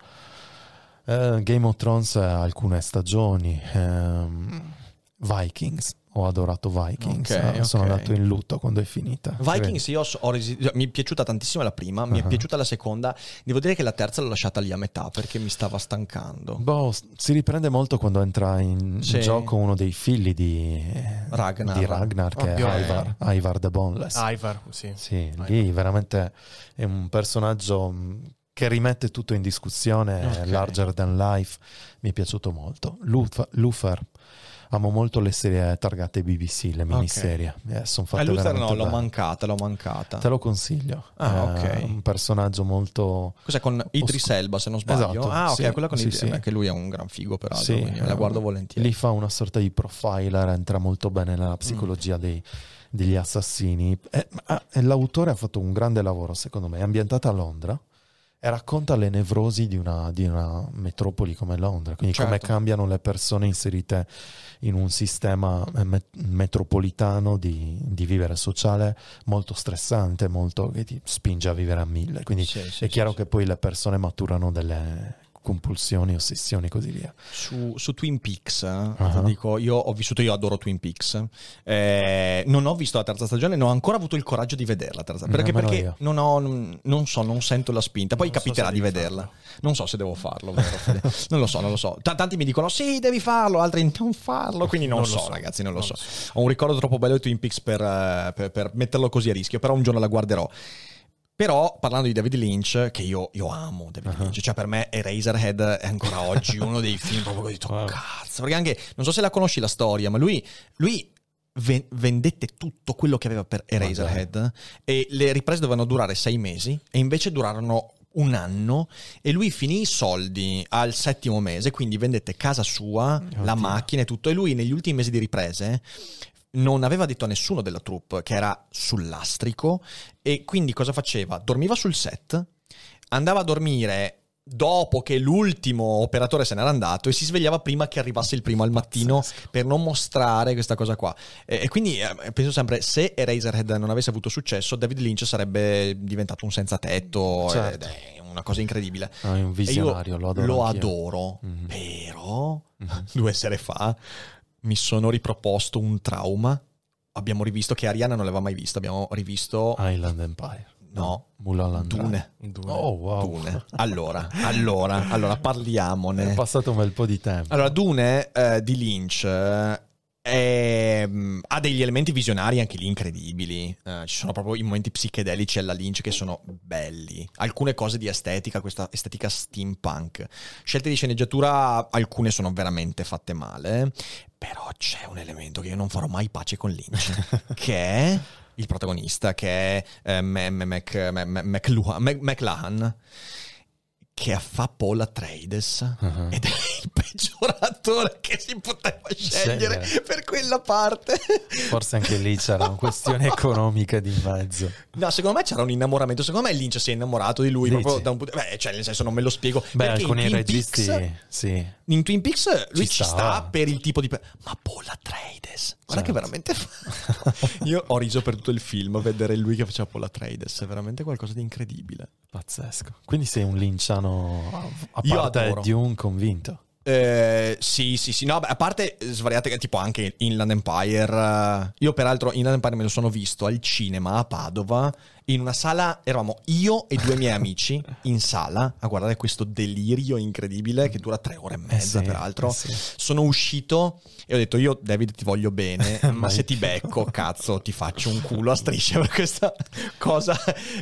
eh, Game of Thrones eh, alcune stagioni, ehm, Vikings, ho adorato Vikings, Ok, eh, sono ok. andato in lutto quando è finita. Vikings io so- ho resi- mi è piaciuta tantissimo la prima, mi è Ah. piaciuta la seconda, devo dire che la terza l'ho lasciata lì a metà perché mi stava stancando. Boh, s- si riprende molto quando entra in Sì. gioco uno dei figli di Ragnar. di Ragnar, che Ovvio. è Ivar, Ivar the Boneless. Ivar, sì. Sì, lì veramente è un personaggio mh, che rimette tutto in discussione, Ok. larger than life, mi è piaciuto molto. Luther, Luther. Amo molto le serie targate B B C, le miniserie, eh, sono fatte Eh, Luther veramente no, l'ho bene. mancata, l'ho mancata. Te lo consiglio. Ah, È ok. un personaggio molto... Cos'è con Idris oscuro. Elba se non sbaglio? Esatto, Ah, ok, sì, quella con sì, Idris sì. eh, che lui è un gran figo peraltro, Sì, quindi me la eh, guardo volentieri. Lì fa una sorta di profiler, entra molto bene nella psicologia Mm. dei- degli assassini. E, ma- e l'autore ha fatto un grande lavoro, secondo me. È ambientata a Londra e racconta le nevrosi di una, di una metropoli come Londra, quindi come Certo. cambiano le persone inserite in un sistema eh, met- metropolitano di, di vivere sociale molto stressante, molto che ti spinge a vivere a mille. Quindi Sì, sì, è sì, chiaro sì. che poi le persone maturano delle compulsioni, ossessioni e così via. Su, su Twin Peaks, eh, Ah. ti dico, io ho vissuto, io adoro Twin Peaks. Eh, non ho visto la terza stagione, non ho ancora avuto il coraggio di vederla. La terza, perché Nemmeno perché io. non ho, non so, non sento la spinta. Poi Non so capiterà se di devi vederla. farlo. Non so se devo farlo, vero, Fede? Non lo so, non lo so. T- tanti mi dicono sì, devi farlo, altri non farlo. Quindi non, Non lo so, so, ragazzi, non lo non so. lo so. Ho un ricordo troppo bello di Twin Peaks per, eh, per, per metterlo così a rischio. Però un giorno la guarderò. Però parlando di David Lynch, che io, io amo David Uh-huh. Lynch, cioè per me Eraserhead è ancora oggi uno dei film proprio che ho detto Wow. cazzo, perché anche, non so se la conosci la storia, ma lui, lui ven- vendette tutto quello che aveva per Eraserhead e le riprese dovevano durare sei mesi e invece durarono un anno e lui finì i soldi al settimo mese, quindi vendette casa sua, la Oddio. macchina e tutto, e lui negli ultimi mesi di riprese non aveva detto a nessuno della troupe che era sul lastrico e quindi cosa faceva? Dormiva sul set, andava a dormire dopo che l'ultimo operatore se n'era andato e si svegliava prima che arrivasse il primo al mattino per non mostrare questa cosa qua. E, e quindi eh, penso sempre, se Eraserhead non avesse avuto successo, David Lynch sarebbe diventato un senza tetto, Certo. ed è una cosa incredibile. Ah, è un E io visionario, lo adoro lo anch'io. adoro, Mhm. però Mhm. due sere fa mi sono riproposto un trauma. Abbiamo rivisto, che Ariana non l'aveva mai visto, abbiamo rivisto Island Empire. no, Mulholland Drive. Dune. Dune. Oh, wow. Dune. Allora, allora, allora È parliamone. passato un bel po' di tempo. Allora, Dune eh, di Lynch eh, è- mh, ha degli elementi visionari anche lì incredibili. Eh, ci sono proprio i momenti psichedelici alla Lynch che sono belli. Alcune cose di estetica, questa estetica steampunk. Scelte di sceneggiatura, alcune sono veramente fatte male. Però c'è un elemento che io non farò mai pace con Lynch, che è il protagonista, che è eh, M- M- Mac- M- M- McLuhan, Mac- McLuhan, che fa Paul Atreides, uh-huh. ed è il peggior attore che si poteva scegliere Scegliere. per quella parte. Forse anche lì c'era una questione economica di mezzo. No, secondo me c'era un innamoramento. Secondo me Lynch si è innamorato di lui. Dici? Proprio da un punto. Beh, cioè, nel senso, non me lo spiego. Beh, Perché alcuni in Twin registi, Peaks, sì. in Twin Peaks lui Ci ci, sta. sta per il tipo di. pe- Ma Paul Atreides, guarda che Certo. veramente. Io ho riso per tutto il film vedere lui che faceva Paul Atreides. È veramente qualcosa di incredibile. Pazzesco. Quindi sei un linciano, a- a Io parte adoro. di un convinto. Eh, sì, sì, sì, no, beh, a parte svariate, tipo anche Inland Empire. eh, Io, peraltro, Inland Empire me lo sono visto al cinema a Padova. In una sala eravamo io e due miei amici in sala a guardare questo delirio incredibile che dura tre ore e mezza, Eh sì, peraltro. eh sì. Sono uscito e ho detto: io, David, ti voglio bene, ma Ma se io- ti becco, cazzo, ti faccio un culo a strisce per questa cosa.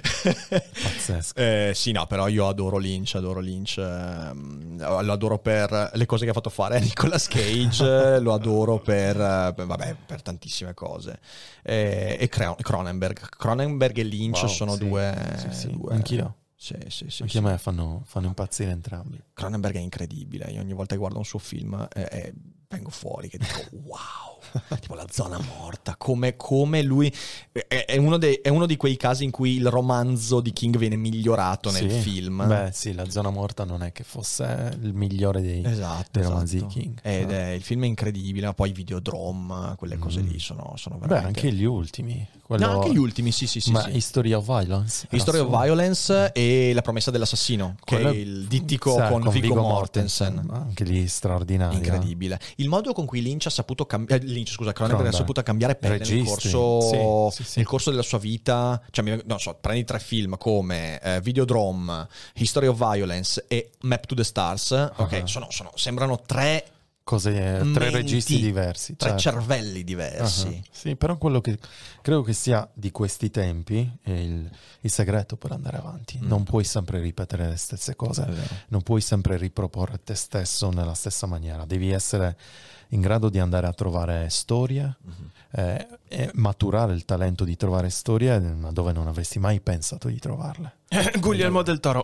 Pazzesco. Eh, sì, no, però io adoro Lynch, adoro Lynch, ehm, lo adoro per le cose che ha fatto fare a Nicolas Cage, lo adoro per, eh, per- vabbè, per tantissime cose. Eh, e Cron- Cronenberg, Cronenberg e Lynch Wow, sono sì, due, sì, sì. due- Anch'io. Sì, sì, sì, Anche sì. a me fanno, fanno impazzire entrambi. Cronenberg è incredibile. Io ogni volta che guardo un suo film eh, eh, vengo fuori che dico wow, tipo La zona morta, come, come lui è, è uno dei- è uno di quei casi in cui il romanzo di King viene migliorato nel Sì. film. Beh, sì, La zona morta non è che fosse il migliore dei, Esatto, dei romanzi esatto. di King. Ed Ah. è, il film è incredibile, ma poi Videodrome, quelle cose Mm. lì sono, sono Beh, veramente... anche gli ultimi. Quello- No, anche gli ultimi, sì, sì, sì. Ma sì. History of Violence. era History of suo. Violence e La promessa dell'assassino, che Quello- è il dittico sì, con, Viggo Mortensen. Anche lì straordinario. Incredibile. Il modo con cui Lynch ha saputo cambiare, Lynch, scusa, Cronenberg ha Cronenberg. saputo cambiare pelle nel Registi. corso, Sì, sì, sì. nel corso della sua vita. Cioè, mi- non so, prendi tre film come eh, Videodrome, History of Violence e Map to the Stars. Ok, Ah. sono, sono- sembrano tre Cose, tre menti, registi diversi. tre certo. cervelli diversi. Ah, sì, però quello che credo che sia di questi tempi è il, il segreto per andare avanti. Mm. Non puoi sempre ripetere le stesse cose, È vero. non puoi sempre riproporre te stesso nella stessa maniera. Devi essere in grado di andare a trovare storie Mhm. eh, e maturare il talento di trovare storie ma dove non avresti mai pensato di trovarle. Guglielmo del Toro.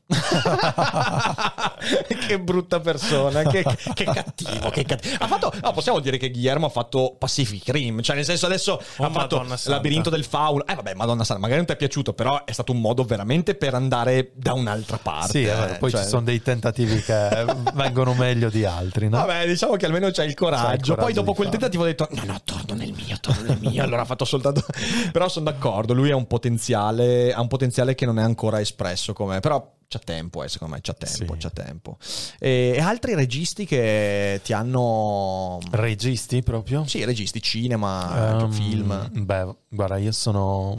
Che brutta persona, che, che cattivo, che cattivo. Ha fatto, ah, possiamo dire che Guillermo ha fatto Pacific Rim, cioè nel senso adesso Oh, ha fatto Madonna santa. Labirinto del Fauno. Eh vabbè, Madonna santa, magari non ti è piaciuto, però è stato un modo veramente per andare da un'altra parte. Sì, è vero, eh, poi cioè- ci sono dei tentativi che vengono meglio di altri, no? Vabbè, diciamo che almeno c'è il coraggio. C'hai il coraggio Poi dopo di quel farlo. tentativo ho detto no, no, torno nel mio, torno nel mio. Allora ha fatto soltanto... Però sono d'accordo, lui ha un potenziale, ha un potenziale che non è ancora espresso come... Però c'è tempo, eh, secondo me c'è tempo, Sì. c'è tempo. E, e altri registi che ti hanno... Registi proprio? Sì, registi, cinema, Ehm, film. Beh, guarda, io sono...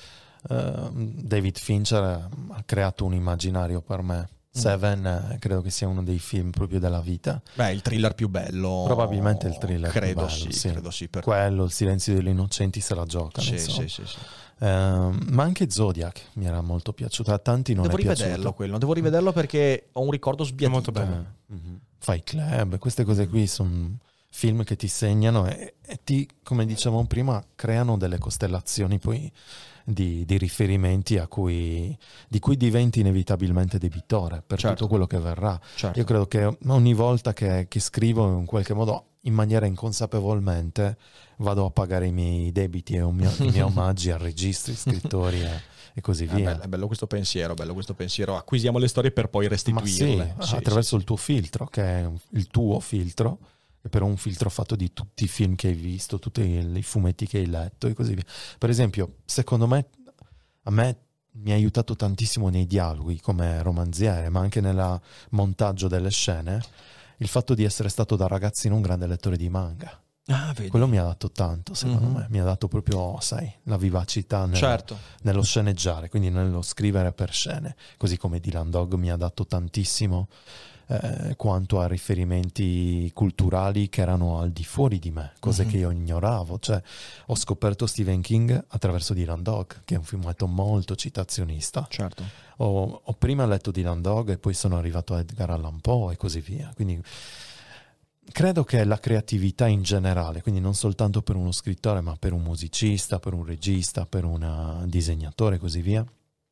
eh, David Fincher ha creato un immaginario per me. Seven eh, credo che sia uno dei film proprio della vita. Beh, il thriller più bello. Probabilmente il thriller più Credo bello, sì, credo sì. Per... Quello, Il silenzio degli innocenti se la giocano, Sì, insomma. sì, sì, sì. Ehm, ma anche Zodiac mi era molto piaciuto. A tanti non Devo è rivederlo piaciuto. quello, devo rivederlo perché ho un ricordo sbiadito. Molto bello. Eh, mhm. Fight Club, queste cose qui sono film che ti segnano e, e ti, come dicevamo prima, creano delle costellazioni poi di, di riferimenti a cui, di cui diventi inevitabilmente debitore per Certo. tutto quello che verrà. Certo. Io credo che ogni volta che, che scrivo in qualche modo, in maniera inconsapevolmente, vado a pagare i miei debiti e i miei, i miei omaggi a registri, scrittori e, e così È via. bello, è bello questo pensiero, bello questo pensiero. Acquisiamo le storie per poi Ma sì, restituirle. Sì, attraverso sì. il tuo filtro, che è il tuo filtro, che però è un filtro fatto di tutti i film che hai visto, tutti i, i fumetti che hai letto e così via. Per esempio, secondo me, a me mi ha aiutato tantissimo nei dialoghi come romanziere, ma anche nel montaggio delle scene, il fatto di essere stato da ragazzino un grande lettore di manga. Ah, vedi. Quello mi ha dato tanto, secondo Mhm. me, mi ha dato proprio, sai, la vivacità nel, Certo. nello sceneggiare, quindi nello scrivere per scene, così come Dylan Dog mi ha dato tantissimo eh, quanto a riferimenti culturali che erano al di fuori di me, cose Mhm. che io ignoravo. Cioè, ho scoperto Stephen King attraverso Dylan Dog, che è un fumetto molto citazionista. Certo. Ho, ho prima letto Dylan Dog e poi sono arrivato a Edgar Allan Poe e così via. Quindi credo che la creatività in generale, quindi non soltanto per uno scrittore, ma per un musicista, per un regista, per un disegnatore e così via,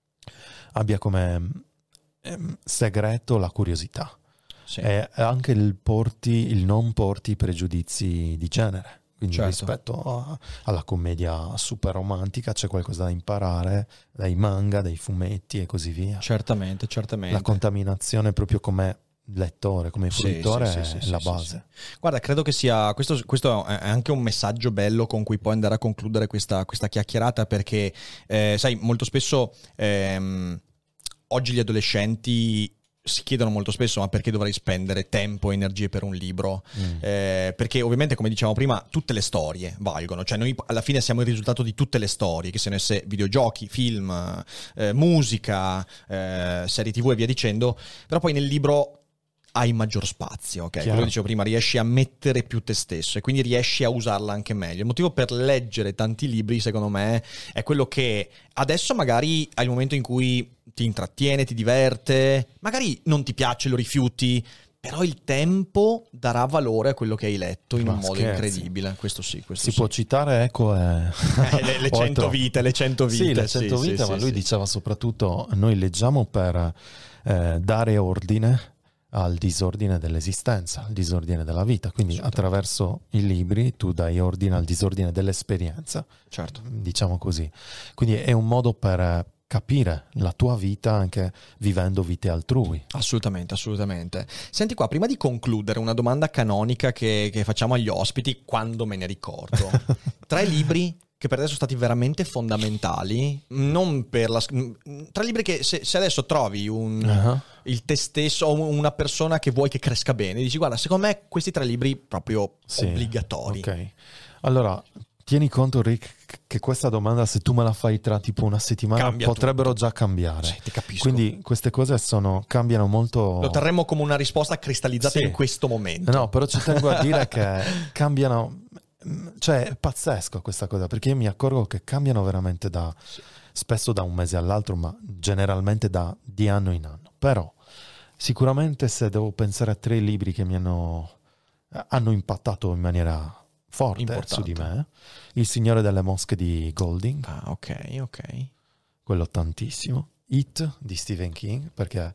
abbia come ehm, segreto la curiosità. Sì. E anche il porti, il non porti pregiudizi di genere. Quindi certo. rispetto a, alla commedia super romantica c'è qualcosa da imparare dai manga, dai fumetti e così via. Certamente, certamente. La contaminazione proprio come lettore, come fruitore sì, sì, sì, è sì, la sì, base. Sì, sì. Guarda, credo che sia questo, questo è anche un messaggio bello con cui puoi andare a concludere questa, questa chiacchierata, perché eh, sai, molto spesso ehm, oggi gli adolescenti si chiedono molto spesso ma perché dovrei spendere tempo e energie per un libro, mm. eh, perché ovviamente, come dicevamo prima, tutte le storie valgono, cioè noi alla fine siamo il risultato di tutte le storie, che siano esse videogiochi, film, eh, musica, eh, serie tv e via dicendo, però poi nel libro hai maggior spazio, ok? Come dicevo prima, riesci a mettere più te stesso e quindi riesci a usarla anche meglio. Il motivo per leggere tanti libri, secondo me, è quello che adesso magari hai il momento in cui ti intrattiene, ti diverte, magari non ti piace, lo rifiuti, però il tempo darà valore a quello che hai letto in Ma un modo scherzi. incredibile. Questo sì, questo si sì. può citare, ecco, eh, le, le cento vite, le cento vite. Sì, le cento sì, vite, sì, ma sì, lui sì. diceva soprattutto, noi leggiamo per eh, dare ordine al disordine dell'esistenza, al disordine della vita, quindi attraverso i libri tu dai ordine al disordine dell'esperienza, certo, diciamo così. Quindi è un modo per capire la tua vita anche vivendo vite altrui. Assolutamente, assolutamente. Senti qua, prima di concludere, una domanda canonica che, che facciamo agli ospiti quando me ne ricordo. Tre libri che per te sono stati veramente fondamentali, non per la... Tre libri che se, se adesso trovi un, uh-huh. il te stesso o una persona che vuoi che cresca bene, dici guarda, secondo me questi tre libri proprio sì, obbligatori. Ok, allora... Tieni conto, Rick, che questa domanda, se tu me la fai tra tipo una settimana, Cambia potrebbero tutto. già cambiare. Sì, ti capisco. Quindi queste cose sono, cambiano molto. Lo terremo come una risposta cristallizzata sì. in questo momento. No, però ci tengo a dire che cambiano, cioè è pazzesco questa cosa, perché io mi accorgo che cambiano veramente da, sì. spesso da un mese all'altro, ma generalmente da di anno in anno. Però sicuramente se devo pensare a tre libri che mi hanno, hanno impattato in maniera... forte Importante. su di me, Il Signore delle Mosche di Golding. Ah, ok, ok. Quello tantissimo. It di Stephen King, perché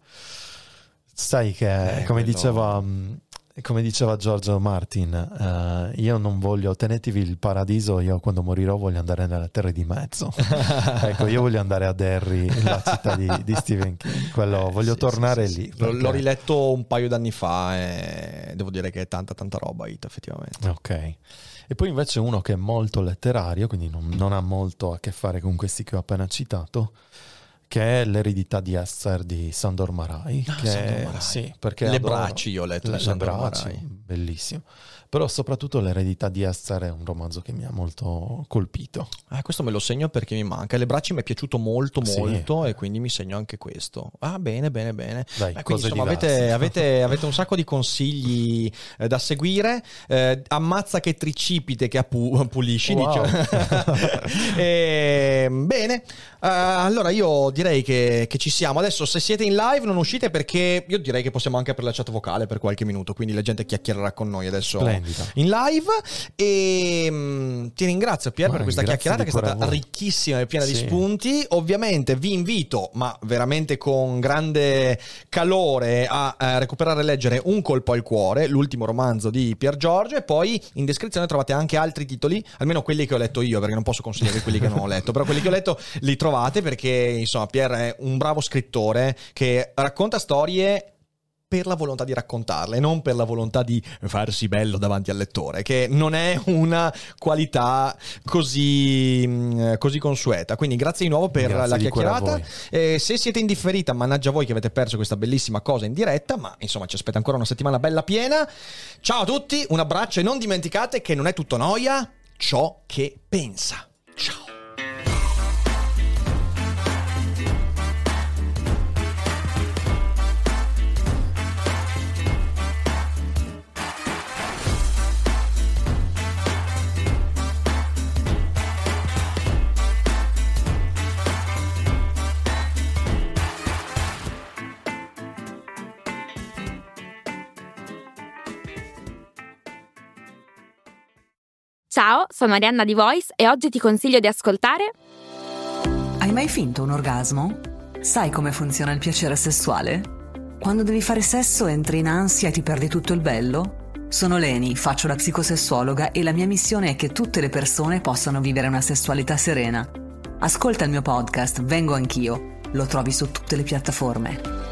sai che, eh, come, quello... diceva, come diceva George Martin, uh, io non voglio, tenetevi il paradiso, io quando morirò voglio andare nelle terre di mezzo. Ecco, io voglio andare a Derry, la città di, di Stephen King. Quello, eh, voglio sì, tornare sì, sì, lì. Sì. Perché... L'ho riletto un paio d'anni fa e devo dire che è tanta tanta roba It, effettivamente. Ok. E poi invece uno che è molto letterario, quindi non, non ha molto a che fare con questi che ho appena citato, che è L'eredità di Esther di Sandor Marai. Ah, che Sandor Marai. Sì, perché Le adoro, bracci io ho letto le, di Sandor le bracci, Marai. Bellissimo. Però soprattutto L'eredità di Esther è un romanzo che mi ha molto colpito. Ah, questo me lo segno perché mi manca. Le bracci mi è piaciuto molto molto sì. e quindi mi segno anche questo. Ah, bene, bene, bene. Dai, eh, quindi, insomma, avete, avete, avete un sacco di consigli eh, da seguire. Eh, ammazza che tricipite che appu- pulisci, wow. e, bene, uh, allora io direi che, che ci siamo. Adesso se siete in live non uscite, perché io direi che possiamo anche aprire la chat vocale per qualche minuto, quindi la gente chiacchiererà con noi adesso. Splendida. In live e mh, ti ringrazio Pier per questa chiacchierata che è stata ricchissima e piena sì. di spunti. Ovviamente vi invito, ma veramente con grande calore, a, a recuperare e leggere Un colpo al cuore, l'ultimo romanzo di Pier Giorgio, e poi in descrizione trovate anche altri titoli, almeno quelli che ho letto io, perché non posso consigliare quelli che non ho letto, però quelli che ho letto li trovate, perché insomma Pier è un bravo scrittore che racconta storie per la volontà di raccontarle, non per la volontà di farsi bello davanti al lettore, che non è una qualità così, così consueta. Quindi grazie di nuovo per grazie la chiacchierata. Eh, se siete in differita, mannaggia voi che avete perso questa bellissima cosa in diretta, ma insomma ci aspetta ancora una settimana bella piena. Ciao a tutti, un abbraccio e non dimenticate che non è tutto noia ciò che pensa. Ciao. Ciao, sono Arianna di Voice e oggi ti consiglio di ascoltare... Hai mai finto un orgasmo? Sai come funziona il piacere sessuale? Quando devi fare sesso entri in ansia e ti perdi tutto il bello? Sono Leni, faccio la psicosessuologa e la mia missione è che tutte le persone possano vivere una sessualità serena. Ascolta il mio podcast Vengo Anch'io, lo trovi su tutte le piattaforme.